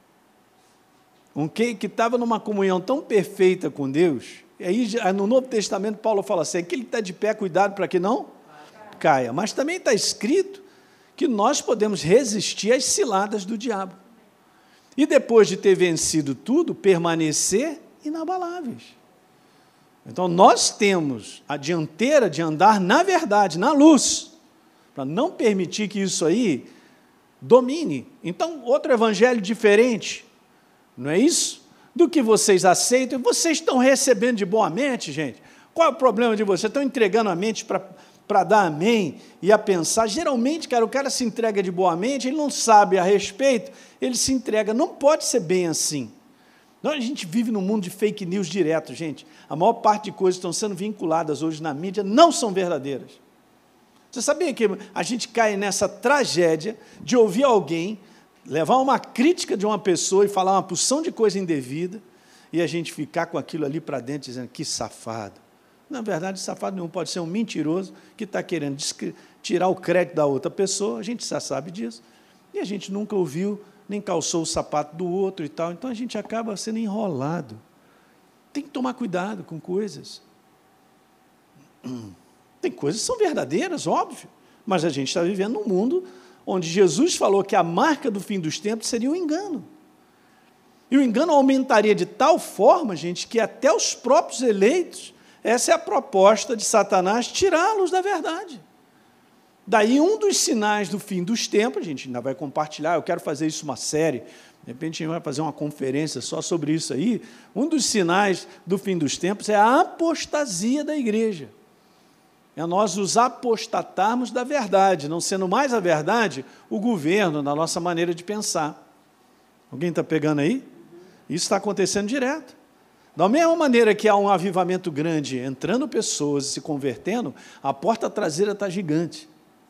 S1: um que estava numa comunhão tão perfeita com Deus, e aí no Novo Testamento Paulo fala assim, aquele que está de pé, cuidado para que não caia. Mas também está escrito que nós podemos resistir às ciladas do diabo. E depois de ter vencido tudo, permanecer inabaláveis. Então, nós temos a dianteira de andar na verdade, na luz, para não permitir que isso aí domine. Então, outro evangelho diferente, não é isso? Do que vocês aceitam, vocês estão recebendo de boa mente, gente. Qual é o problema de vocês? Estão entregando a mente para... para dar amém e a pensar. Geralmente, cara, o cara se entrega de boa mente, ele não sabe a respeito, ele se entrega. Não pode ser bem assim. Não, a gente vive num mundo de fake news direto, gente. A maior parte de coisas que estão sendo vinculadas hoje na mídia não são verdadeiras. Você sabia que a gente cai nessa tragédia de ouvir alguém levar uma crítica de uma pessoa e falar uma porção de coisa indevida e a gente ficar com aquilo ali para dentro dizendo, que safado. Na verdade, safado nenhum, pode ser um mentiroso que está querendo tirar o crédito da outra pessoa, a gente já sabe disso, e a gente nunca ouviu, nem calçou o sapato do outro e tal, então a gente acaba sendo enrolado. Tem que tomar cuidado com coisas. Tem coisas que são verdadeiras, óbvio, mas a gente está vivendo num mundo onde Jesus falou que a marca do fim dos tempos seria o engano. E o engano aumentaria de tal forma, gente, que até os próprios eleitos, essa é a proposta de Satanás, tirá-los da verdade. Daí, um dos sinais do fim dos tempos, a gente ainda vai compartilhar, eu quero fazer isso uma série, de repente a gente vai fazer uma conferência só sobre isso aí. Um dos sinais do fim dos tempos é a apostasia da igreja. É nós nos apostatarmos da verdade, não sendo mais a verdade o governo, na nossa maneira de pensar. Alguém está pegando aí? Isso está acontecendo direto. Da mesma maneira que há um avivamento grande, entrando pessoas e se convertendo, a porta traseira está gigante.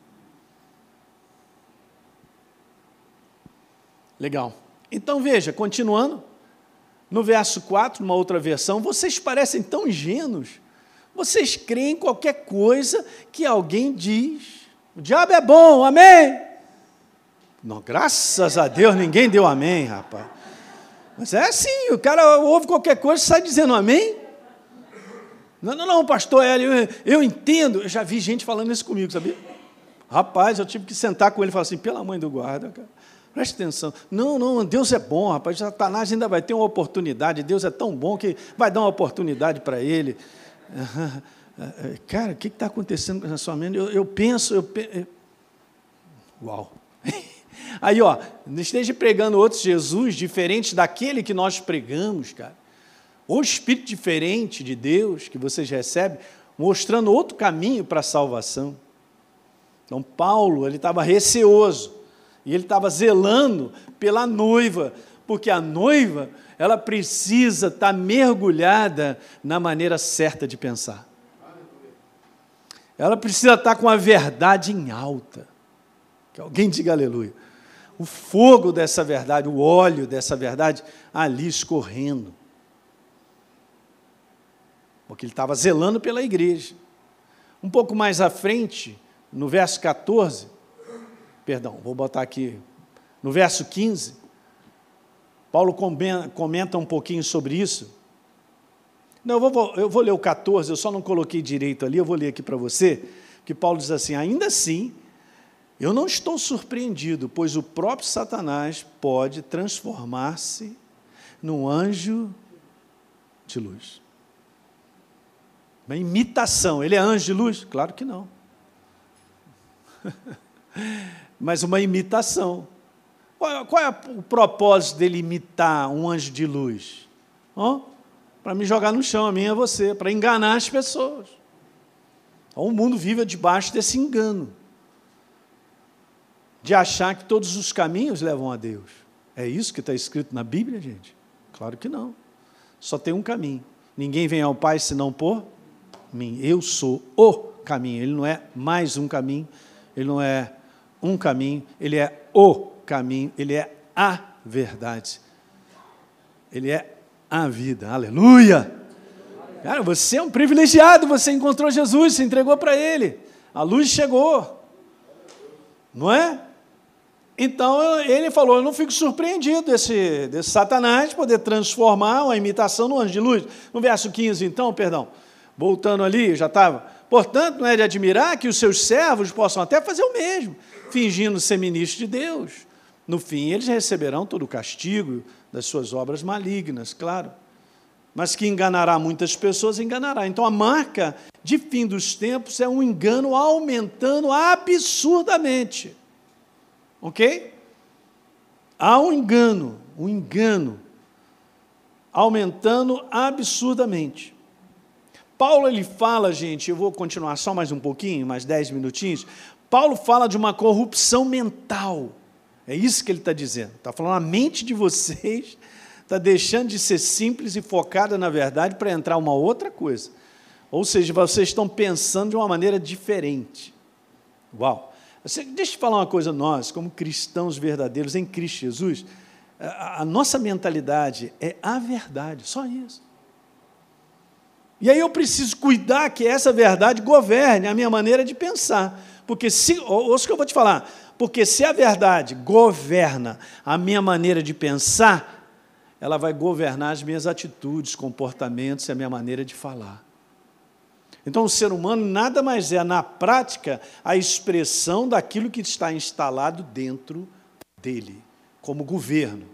S1: Legal. Então, veja, continuando, no verso quatro, uma outra versão, vocês parecem tão ingênuos, vocês creem em qualquer coisa que alguém diz. O diabo é bom, amém? Não, graças a Deus, ninguém deu amém, rapaz. Mas é assim, o cara ouve qualquer coisa e sai dizendo amém. Não, não, não, pastor Hélio, eu, eu entendo. Eu já vi gente falando isso comigo, sabia? Rapaz, eu tive que sentar com ele e falar assim, pela mãe do guarda, cara, preste atenção. Não, não, Deus é bom, rapaz, Satanás ainda vai ter uma oportunidade, Deus é tão bom que vai dar uma oportunidade para ele. Cara, o que está acontecendo na sua mente? Eu, eu penso, eu penso... Uau! Aí, ó, esteja pregando outro Jesus, diferente daquele que nós pregamos, cara. Ou espírito diferente de Deus que vocês recebem, mostrando outro caminho para a salvação. Então, Paulo, ele estava receoso. E ele estava zelando pela noiva, porque a noiva, ela precisa estar mergulhada na maneira certa de pensar. Ela precisa estar com a verdade em alta. Que alguém diga aleluia. O fogo dessa verdade, o óleo dessa verdade, ali escorrendo. Porque ele estava zelando pela igreja. Um pouco mais à frente, no verso catorze, perdão, vou botar aqui, no verso quinze, Paulo comenta um pouquinho sobre isso. Não, eu vou, eu vou ler o catorze, eu só não coloquei direito ali, eu vou ler aqui para você, que Paulo diz assim, ainda assim, eu não estou surpreendido, pois o próprio Satanás pode transformar-se num anjo de luz. Uma imitação. Ele é anjo de luz? Claro que não. Mas uma imitação. Qual, qual é o propósito dele imitar um anjo de luz? Oh, para me jogar no chão, a mim e a você, para enganar as pessoas. O mundo vive debaixo desse engano, de achar que todos os caminhos levam a Deus. É isso que está escrito na Bíblia, gente? Claro que não. Só tem um caminho. Ninguém vem ao Pai senão por mim. Eu sou o caminho. Ele não é mais um caminho, ele não é um caminho, ele é o caminho, ele é a verdade. Ele é a vida. Aleluia! Cara, você é um privilegiado, você encontrou Jesus, se entregou para Ele. A luz chegou. Não é? Então, ele falou, eu não fico surpreendido desse, desse Satanás poder transformar uma imitação no anjo de luz. No verso quinze, então, perdão, voltando ali, já estava. Portanto, não é de admirar que os seus servos possam até fazer o mesmo, fingindo ser ministros de Deus. No fim, eles receberão todo o castigo das suas obras malignas, claro. Mas que enganará muitas pessoas, enganará. Então, a marca de fim dos tempos é um engano aumentando absurdamente. Ok? Há um engano, um engano, aumentando absurdamente. Paulo, ele fala, gente, eu vou continuar só mais um pouquinho, mais dez minutinhos. Paulo fala de uma corrupção mental. É isso que ele está dizendo. Está falando, a mente de vocês está deixando de ser simples e focada na verdade para entrar uma outra coisa. Ou seja, vocês estão pensando de uma maneira diferente. Uau! Deixa eu falar uma coisa, nós, como cristãos verdadeiros em Cristo Jesus, a, a nossa mentalidade é a verdade, só isso. E aí eu preciso cuidar que essa verdade governe a minha maneira de pensar. Porque se, ouça o que eu vou te falar, porque se a verdade governa a minha maneira de pensar, ela vai governar as minhas atitudes, comportamentos e a minha maneira de falar. Então, o ser humano nada mais é, na prática, a expressão daquilo que está instalado dentro dele, como governo.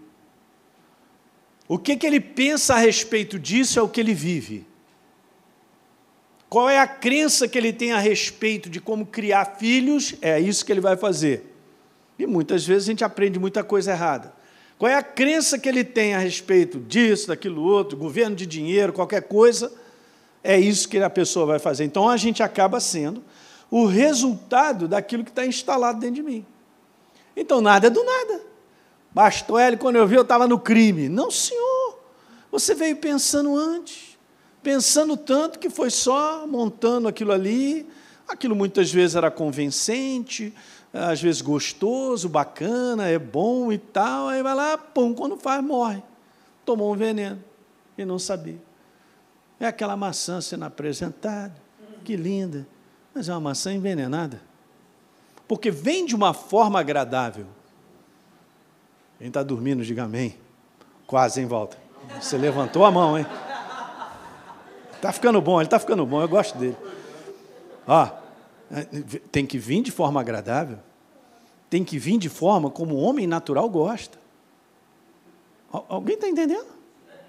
S1: O que, que ele pensa a respeito disso é o que ele vive. Qual é a crença que ele tem a respeito de como criar filhos? É isso que ele vai fazer. E muitas vezes a gente aprende muita coisa errada. Qual é a crença que ele tem a respeito disso, daquilo outro, governo de dinheiro, qualquer coisa? É isso que a pessoa vai fazer. Então, a gente acaba sendo o resultado daquilo que está instalado dentro de mim. Então, nada é do nada. Bastou ele, quando eu vi, eu estava no crime. Não, senhor. Você veio pensando antes. Pensando tanto que foi só montando aquilo ali. Aquilo muitas vezes era convincente, às vezes gostoso, bacana, é bom e tal. Aí vai lá, pum, quando faz, morre. Tomou um veneno e não sabia. É aquela maçã sendo apresentada, que linda, mas é uma maçã envenenada. Porque vem de uma forma agradável. Quem está dormindo, diga amém. Quase em volta. Você levantou a mão, hein? Está ficando bom, ele está ficando bom, eu gosto dele. Ó, tem que vir de forma agradável. Tem que vir de forma como o homem natural gosta. Alguém está entendendo?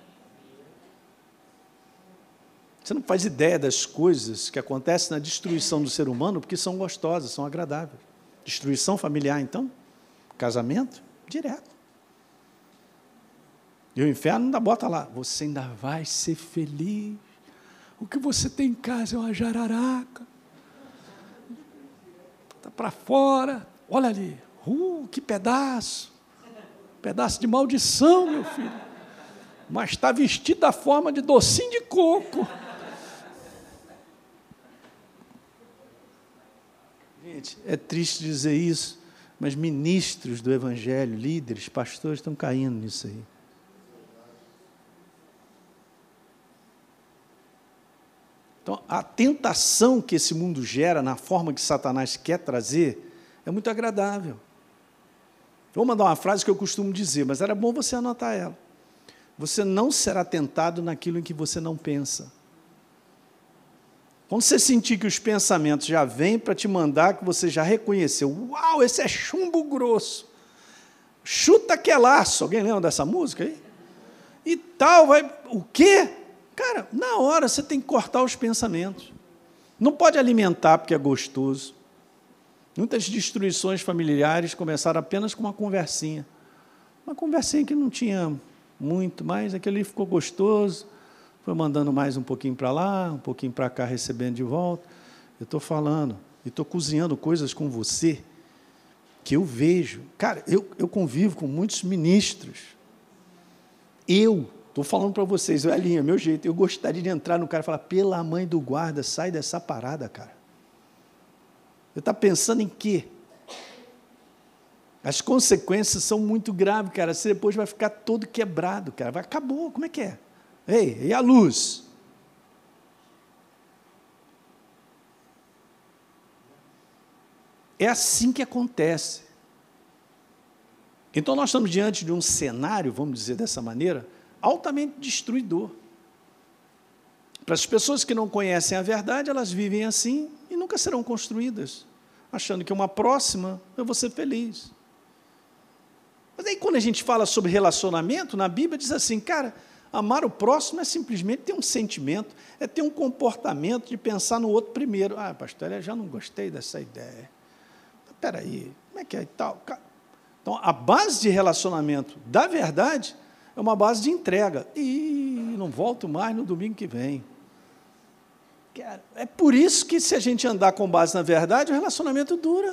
S1: Você não faz ideia das coisas que acontecem na destruição do ser humano, porque são gostosas, são agradáveis. Destruição familiar, então? Casamento? Direto. E o inferno ainda bota lá, você ainda vai ser feliz. O que você tem em casa é uma jararaca. Está para fora. Olha ali, Uh, que pedaço! Pedaço de maldição, meu filho. Mas está vestido da forma de docinho de coco. Gente, é triste dizer isso, mas ministros do Evangelho, líderes, pastores, estão caindo nisso aí. Então, a tentação que esse mundo gera, na forma que Satanás quer trazer, é muito agradável. Vou mandar uma frase que eu costumo dizer, mas era bom você anotar ela. Você não será tentado naquilo em que você não pensa. Quando você sentir que os pensamentos já vêm para te mandar, que você já reconheceu, uau, esse é chumbo grosso, chuta que é laço, alguém lembra dessa música aí? E tal, vai, o quê? Cara, na hora você tem que cortar os pensamentos. Não pode alimentar porque é gostoso. Muitas destruições familiares começaram apenas com uma conversinha. Uma conversinha que não tinha muito, mas aquele ali ficou gostoso, foi mandando mais um pouquinho para lá, um pouquinho para cá, recebendo de volta. Eu estou falando, e estou cozinhando coisas com você, que eu vejo. Cara, eu, eu convivo com muitos ministros. Eu estou falando para vocês, olha, é meu jeito, eu gostaria de entrar no cara e falar, pela mãe do guarda, sai dessa parada, cara. Você está pensando em quê? As consequências são muito graves, cara. Você depois vai ficar todo quebrado, cara. Vai, acabou, como é que é? Ei, e a luz? É assim que acontece. Então, nós estamos diante de um cenário, vamos dizer dessa maneira, altamente destruidor. Para as pessoas que não conhecem a verdade, elas vivem assim e nunca serão construídas, achando que uma próxima eu vou ser feliz. Mas aí, quando a gente fala sobre relacionamento, na Bíblia diz assim, cara, amar o próximo é simplesmente ter um sentimento, é ter um comportamento de pensar no outro primeiro. Ah, pastor, eu já não gostei dessa ideia. Espera aí, como é que é e tal? Então, a base de relacionamento da verdade é uma base de entrega. E não volto mais no domingo que vem. É por isso que, se a gente andar com base na verdade, o relacionamento dura.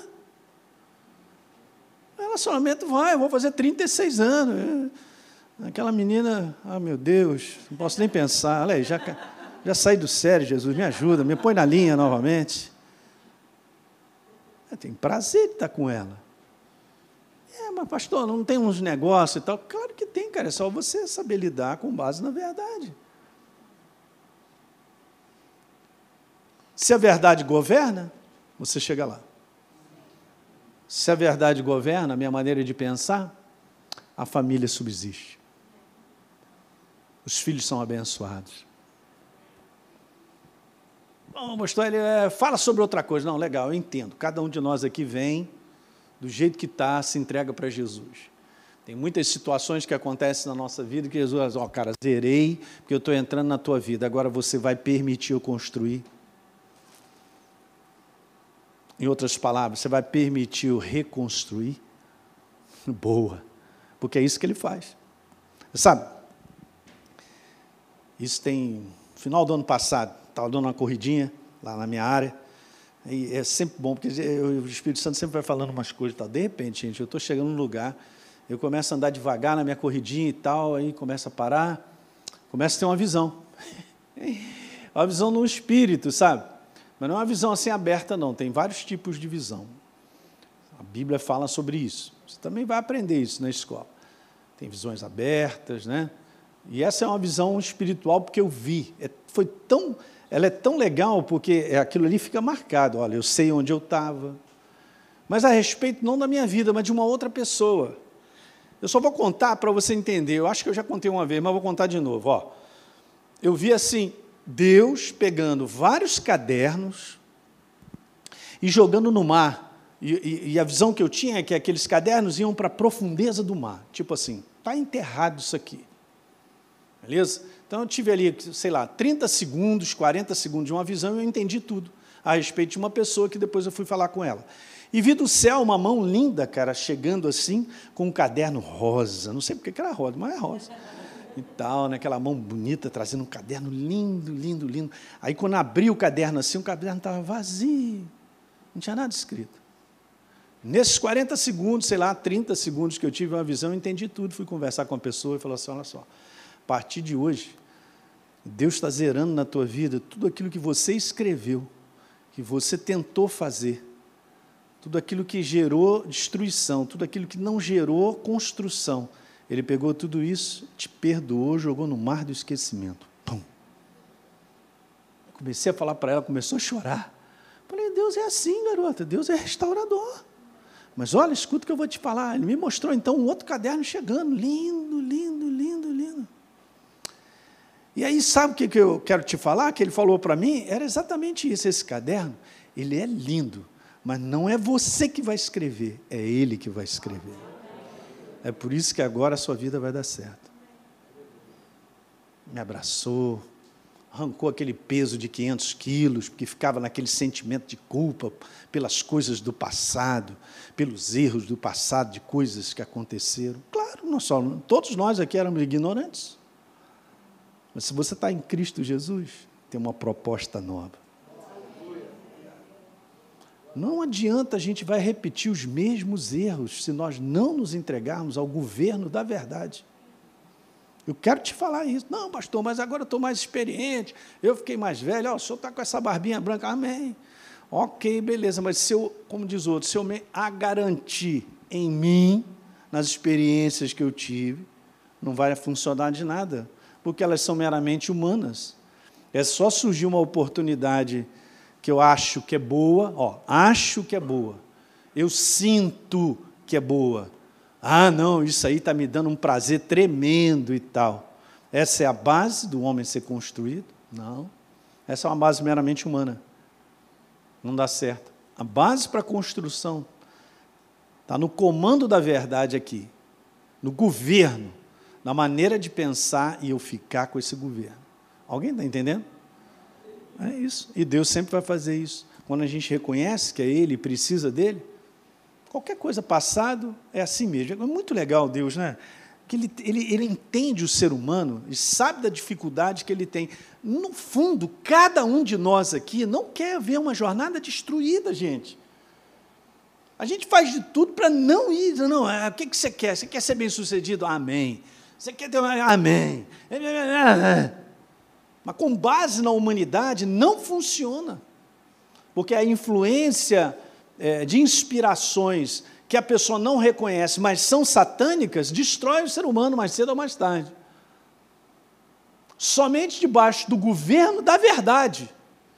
S1: O relacionamento vai, eu vou fazer trinta e seis anos. Aquela menina, ah, meu Deus, não posso nem pensar. Olha aí, já, já saí do sério, Jesus, me ajuda, me põe na linha novamente. Eu tenho prazer de estar com ela. É, mas pastor, não tem uns negócios e tal? Claro que tem, cara, é só você saber lidar com base na verdade. Se a verdade governa, você chega lá. Se a verdade governa a minha maneira de pensar, a família subsiste. Os filhos são abençoados. Bom, pastor, ele é, fala sobre outra coisa. Não, legal, eu entendo. Cada um de nós aqui vem, do jeito que está, se entrega para Jesus. Tem muitas situações que acontecem na nossa vida que Jesus diz, ó, cara, zerei, porque eu estou entrando na tua vida, agora você vai permitir eu construir. Em outras palavras, você vai permitir eu reconstruir? Boa, porque é isso que ele faz. Sabe, isso tem, final do ano passado, estava dando uma corridinha lá na minha área, e é sempre bom, porque eu, o Espírito Santo sempre vai falando umas coisas e tal. De repente, gente, eu estou chegando num lugar, eu começo a andar devagar na minha corridinha e tal, aí começo a parar, começo a ter uma visão. Uma visão no espírito, sabe? Mas não é uma visão assim aberta, não. Tem vários tipos de visão. A Bíblia fala sobre isso. Você também vai aprender isso na escola. Tem visões abertas, né? E essa é uma visão espiritual porque eu vi. É, foi tão, ela é tão legal porque aquilo ali fica marcado. Olha, eu sei onde eu estava. Mas a respeito não da minha vida, mas de uma outra pessoa. Eu só vou contar para você entender. Eu acho que eu já contei uma vez, mas vou contar de novo. Ó, eu vi assim... Deus pegando vários cadernos e jogando no mar. E, e, e a visão que eu tinha é que aqueles cadernos iam para a profundeza do mar. Tipo assim, está enterrado isso aqui. Beleza? Então, eu tive ali, sei lá, trinta segundos, quarenta segundos de uma visão e eu entendi tudo a respeito de uma pessoa que depois eu fui falar com ela. E vi do céu uma mão linda, cara, chegando assim, com um caderno rosa. Não sei porque que era rosa, mas é rosa. E tal, né? Aquela mão bonita, trazendo um caderno lindo, lindo, lindo. Aí, quando abri o caderno assim, o caderno estava vazio, não tinha nada escrito. Nesses quarenta segundos, sei lá, trinta segundos que eu tive uma visão, eu entendi tudo, fui conversar com a pessoa e falei assim, olha só, a partir de hoje, Deus está zerando na tua vida tudo aquilo que você escreveu, que você tentou fazer, tudo aquilo que gerou destruição, tudo aquilo que não gerou construção. Ele pegou tudo isso, te perdoou, jogou no mar do esquecimento. Pum. Comecei a falar para ela, começou a chorar. Falei, Deus é assim, garota, Deus é restaurador. Mas olha, escuta o que eu vou te falar. Ele me mostrou, então, um outro caderno chegando. Lindo, lindo, lindo, lindo. E aí, sabe o que eu quero te falar? Que ele falou para mim, era exatamente isso. Esse caderno, ele é lindo, mas não é você que vai escrever, é ele que vai escrever. É por isso que agora a sua vida vai dar certo. Me abraçou, arrancou aquele peso de quinhentos quilos, porque ficava naquele sentimento de culpa pelas coisas do passado, pelos erros do passado, de coisas que aconteceram. Claro, não só, todos nós aqui éramos ignorantes. Mas se você está em Cristo Jesus, tem uma proposta nova. Não adianta a gente vai repetir os mesmos erros se nós não nos entregarmos ao governo da verdade. Eu quero te falar isso. Não, pastor, mas agora eu estou mais experiente, eu fiquei mais velho, oh, o senhor está com essa barbinha branca, amém. Ok, beleza, mas se eu, como diz o outro, se eu me garantir em mim, nas experiências que eu tive, não vai funcionar de nada, porque elas são meramente humanas. É só surgir uma oportunidade que eu acho que é boa, ó, acho que é boa, eu sinto que é boa. Ah, não, isso aí está me dando um prazer tremendo e tal. Essa é a base do homem ser construído? Não. Essa é uma base meramente humana. Não dá certo. A base para a construção está no comando da verdade aqui, no governo, na maneira de pensar e eu ficar com esse governo. Alguém está entendendo? É isso. E Deus sempre vai fazer isso. Quando a gente reconhece que é Ele e precisa dEle, qualquer coisa passado é assim mesmo. É muito legal Deus, né? Que ele, ele, ele entende o ser humano e sabe da dificuldade que ele tem. No fundo, cada um de nós aqui não quer ver uma jornada destruída, gente. A gente faz de tudo para não ir. Não, é, o que, que você quer? Você quer ser bem-sucedido? Amém. Você quer ter uma... Amém. Mas com base na humanidade não funciona. Porque a influência é, de inspirações que a pessoa não reconhece, mas são satânicas, destrói o ser humano mais cedo ou mais tarde. Somente debaixo do governo da verdade,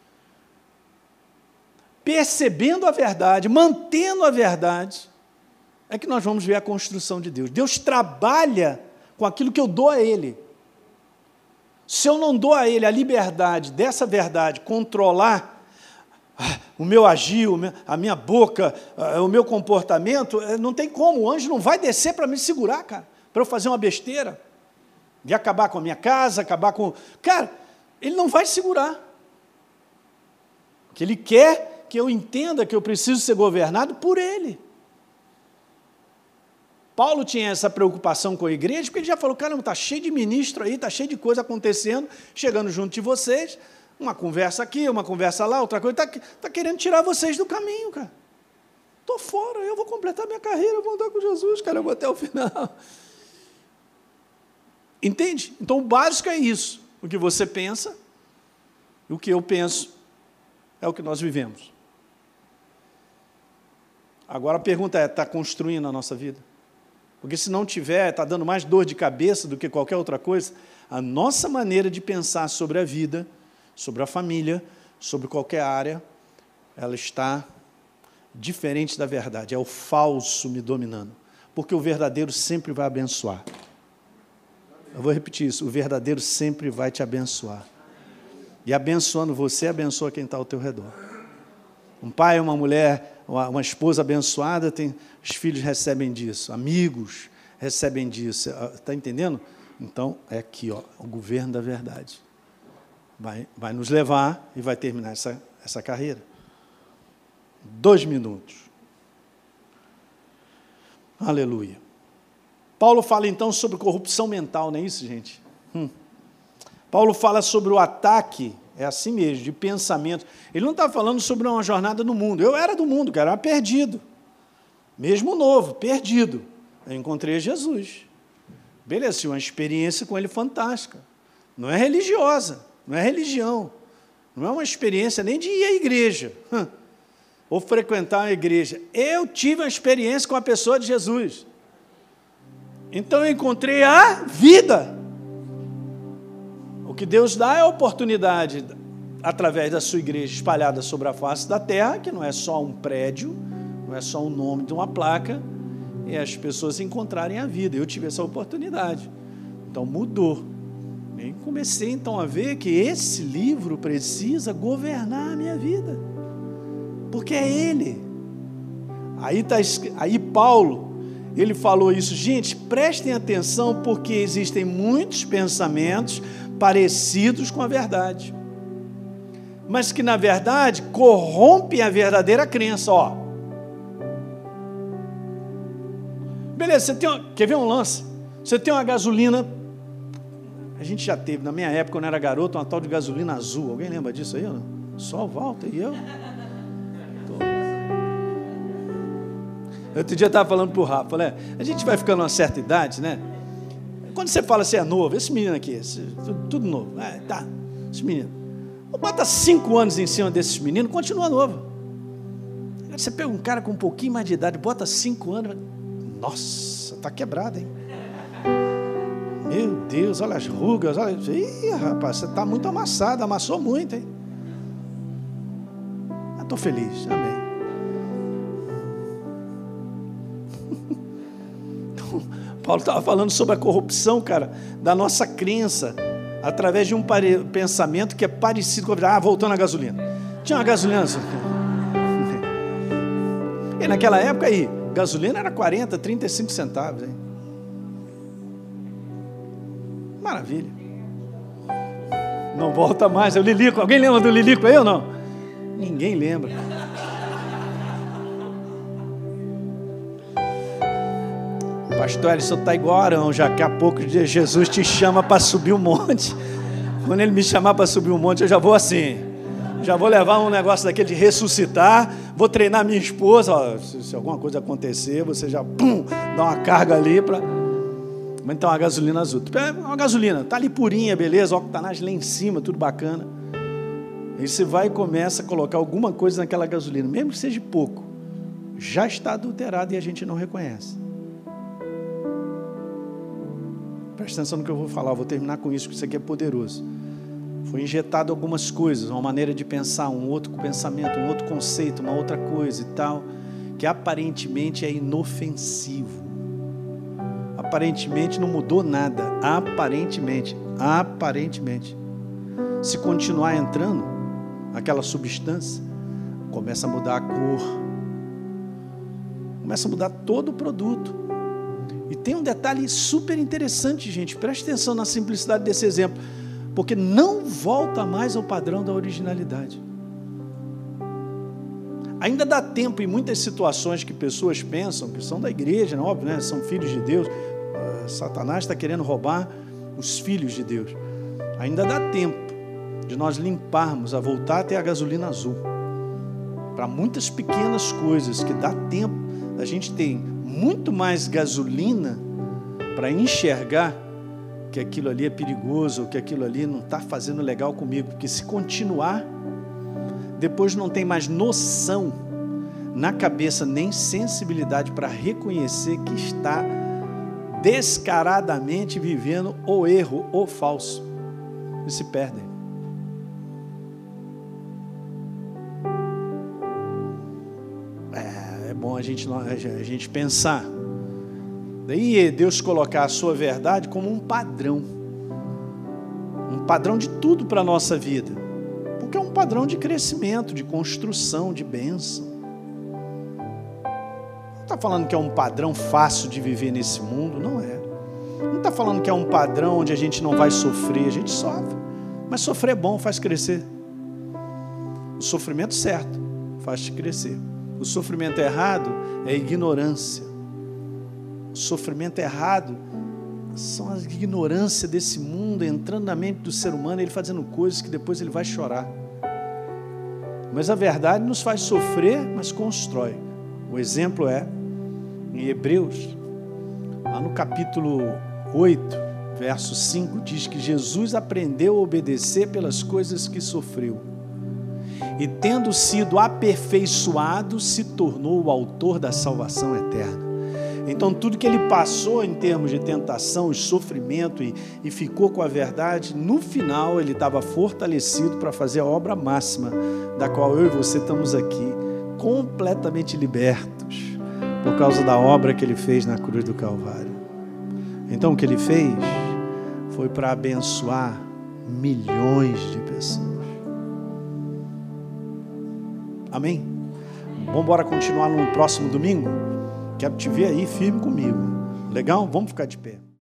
S1: percebendo a verdade, mantendo a verdade, é que nós vamos ver a construção de Deus. Deus trabalha com aquilo que eu dou a Ele. Se eu não dou a Ele a liberdade dessa verdade, controlar o meu agir, a minha boca, o meu comportamento, não tem como, o anjo não vai descer para me segurar, cara, para eu fazer uma besteira, de acabar com a minha casa, acabar com... Cara, ele não vai segurar. Porque ele quer que eu entenda que eu preciso ser governado por ele. Paulo tinha essa preocupação com a igreja, porque ele já falou, caramba, está cheio de ministro aí, está cheio de coisa acontecendo, chegando junto de vocês, uma conversa aqui, uma conversa lá, outra coisa, está tá querendo tirar vocês do caminho, cara. Estou fora, eu vou completar minha carreira, eu vou andar com Jesus, cara, eu vou até o final. Entende? Então, o básico é isso. O que você pensa, e o que eu penso, é o que nós vivemos. Agora, a pergunta é, está construindo a nossa vida? Porque se não tiver, está dando mais dor de cabeça do que qualquer outra coisa, a nossa maneira de pensar sobre a vida, sobre a família, sobre qualquer área, ela está diferente da verdade, é o falso me dominando, porque o verdadeiro sempre vai abençoar. Eu vou repetir isso, o verdadeiro sempre vai te abençoar. E abençoando você, abençoa quem está ao teu redor. Um pai, uma mulher, uma, uma esposa abençoada, tem, os filhos recebem disso, amigos recebem disso, está entendendo? Então, é aqui, ó, o governo da verdade. Vai, vai nos levar e vai terminar essa, essa carreira. Dois minutos. Aleluia. Paulo fala, então, sobre corrupção mental, não é isso, gente? Hum. Paulo fala sobre o ataque, é assim mesmo, de pensamento. Ele não está falando sobre uma jornada no mundo. Eu era do mundo, cara, eu era perdido. mesmo novo, perdido, eu encontrei Jesus. Beleza, uma experiência com ele fantástica. Não é religiosa, não é religião, não é uma experiência nem de ir à igreja, ou frequentar a igreja. Eu tive uma experiência com a pessoa de Jesus. Então eu encontrei a vida. O que Deus dá é a oportunidade, através da sua igreja espalhada sobre a face da terra, que não é só um prédio, não é só o nome de uma placa, e as pessoas encontrarem a vida. Eu tive essa oportunidade. Então mudou. E comecei então a ver que esse livro precisa governar a minha vida, porque é ele. Aí, tá, aí Paulo, ele falou isso, gente, prestem atenção, porque existem muitos pensamentos parecidos com a verdade, mas que na verdade corrompem a verdadeira crença. Ó, beleza, você tem uma, quer ver um lance? Você tem uma gasolina, a gente já teve, na minha época, quando eu era garoto, uma tal de gasolina azul. Alguém lembra disso aí? Não? Só o Walter e eu. Outro dia eu estava falando para o Rafa, falei, a gente vai ficando uma certa idade, né? Quando você fala assim, é novo, esse menino aqui, esse, tudo, tudo novo, é, tá, esse menino. Bota cinco anos em cima desses meninos, continua novo. Você pega um cara com um pouquinho mais de idade, bota cinco anos, nossa, está quebrado, hein? Meu Deus, olha as rugas, olha. Ih, rapaz, você está muito amassado, amassou muito, hein? Estou feliz, amém. Então, Paulo estava falando sobre a corrupção, cara, da nossa crença, através de um pare... pensamento que é parecido com a... Ah, voltando à gasolina. Tinha uma gasolina azul. E naquela época aí, gasolina era quarenta, trinta e cinco centavos, hein? Maravilha. Não volta mais, é o Lilico. Alguém lembra do Lilico aí ou não? Ninguém lembra. Pastor Alisson está igual Arão, já que a pouco Jesus te chama para subir o monte. Quando ele me chamar para subir o monte, eu já vou assim. Já vou levar um negócio daquele de ressuscitar, vou treinar minha esposa. Ó, se, se alguma coisa acontecer, você já pum, dá uma carga ali para... Então, a gasolina azul. Uma gasolina, tá ali purinha, beleza, octanagem lá em cima, tudo bacana. Aí você vai e começa a colocar alguma coisa naquela gasolina, mesmo que seja pouco, já está adulterado e a gente não reconhece. Presta atenção no que eu vou falar, eu vou terminar com isso, porque isso aqui é poderoso. Foi injetado algumas coisas, uma maneira de pensar, um outro pensamento, um outro conceito, uma outra coisa e tal, que aparentemente é inofensivo. Aparentemente não mudou nada, aparentemente, aparentemente. Se continuar entrando aquela substância, começa a mudar a cor, começa a mudar todo o produto. E tem um detalhe super interessante, gente, preste atenção na simplicidade desse exemplo, porque não volta mais ao padrão da originalidade. Ainda dá tempo em muitas situações que pessoas pensam, que são da igreja, não, óbvio, né? São filhos de Deus. Satanás está querendo roubar os filhos de Deus. Ainda dá tempo de nós limparmos, a voltar até a gasolina azul. Para muitas pequenas coisas que dá tempo, a gente tem muito mais gasolina para enxergar que aquilo ali é perigoso, ou que aquilo ali não está fazendo legal comigo. Porque se continuar, depois não tem mais noção na cabeça, nem sensibilidade para reconhecer que está descaradamente vivendo o erro, o falso, e se perdem. É, é bom a gente, a gente pensar. Daí Deus colocar a sua verdade como um padrão, um padrão de tudo para a nossa vida, porque é um padrão de crescimento, de construção, de bênção. Não está falando que é um padrão fácil de viver nesse mundo, não é. Não está falando que é um padrão onde a gente não vai sofrer, a gente sofre, mas sofrer é bom, faz crescer. O sofrimento certo faz te crescer. O sofrimento errado é ignorância. O sofrimento errado são as ignorâncias desse mundo entrando na mente do ser humano, ele fazendo coisas que depois ele vai chorar. Mas a verdade nos faz sofrer, mas constrói. O exemplo é Em Hebreus, lá no capítulo oito, verso cinco, diz que Jesus aprendeu a obedecer pelas coisas que sofreu. E tendo sido aperfeiçoado, se tornou o autor da salvação eterna. Então, tudo que ele passou em termos de tentação, sofrimento e, e ficou com a verdade, no final ele estava fortalecido para fazer a obra máxima, da qual eu e você estamos aqui, completamente libertos, por causa da obra que ele fez na cruz do Calvário. Então, o que ele fez foi para abençoar milhões de pessoas. Amém? Vamos embora continuar no próximo domingo? Quero te ver aí firme comigo. Legal? Vamos ficar de pé.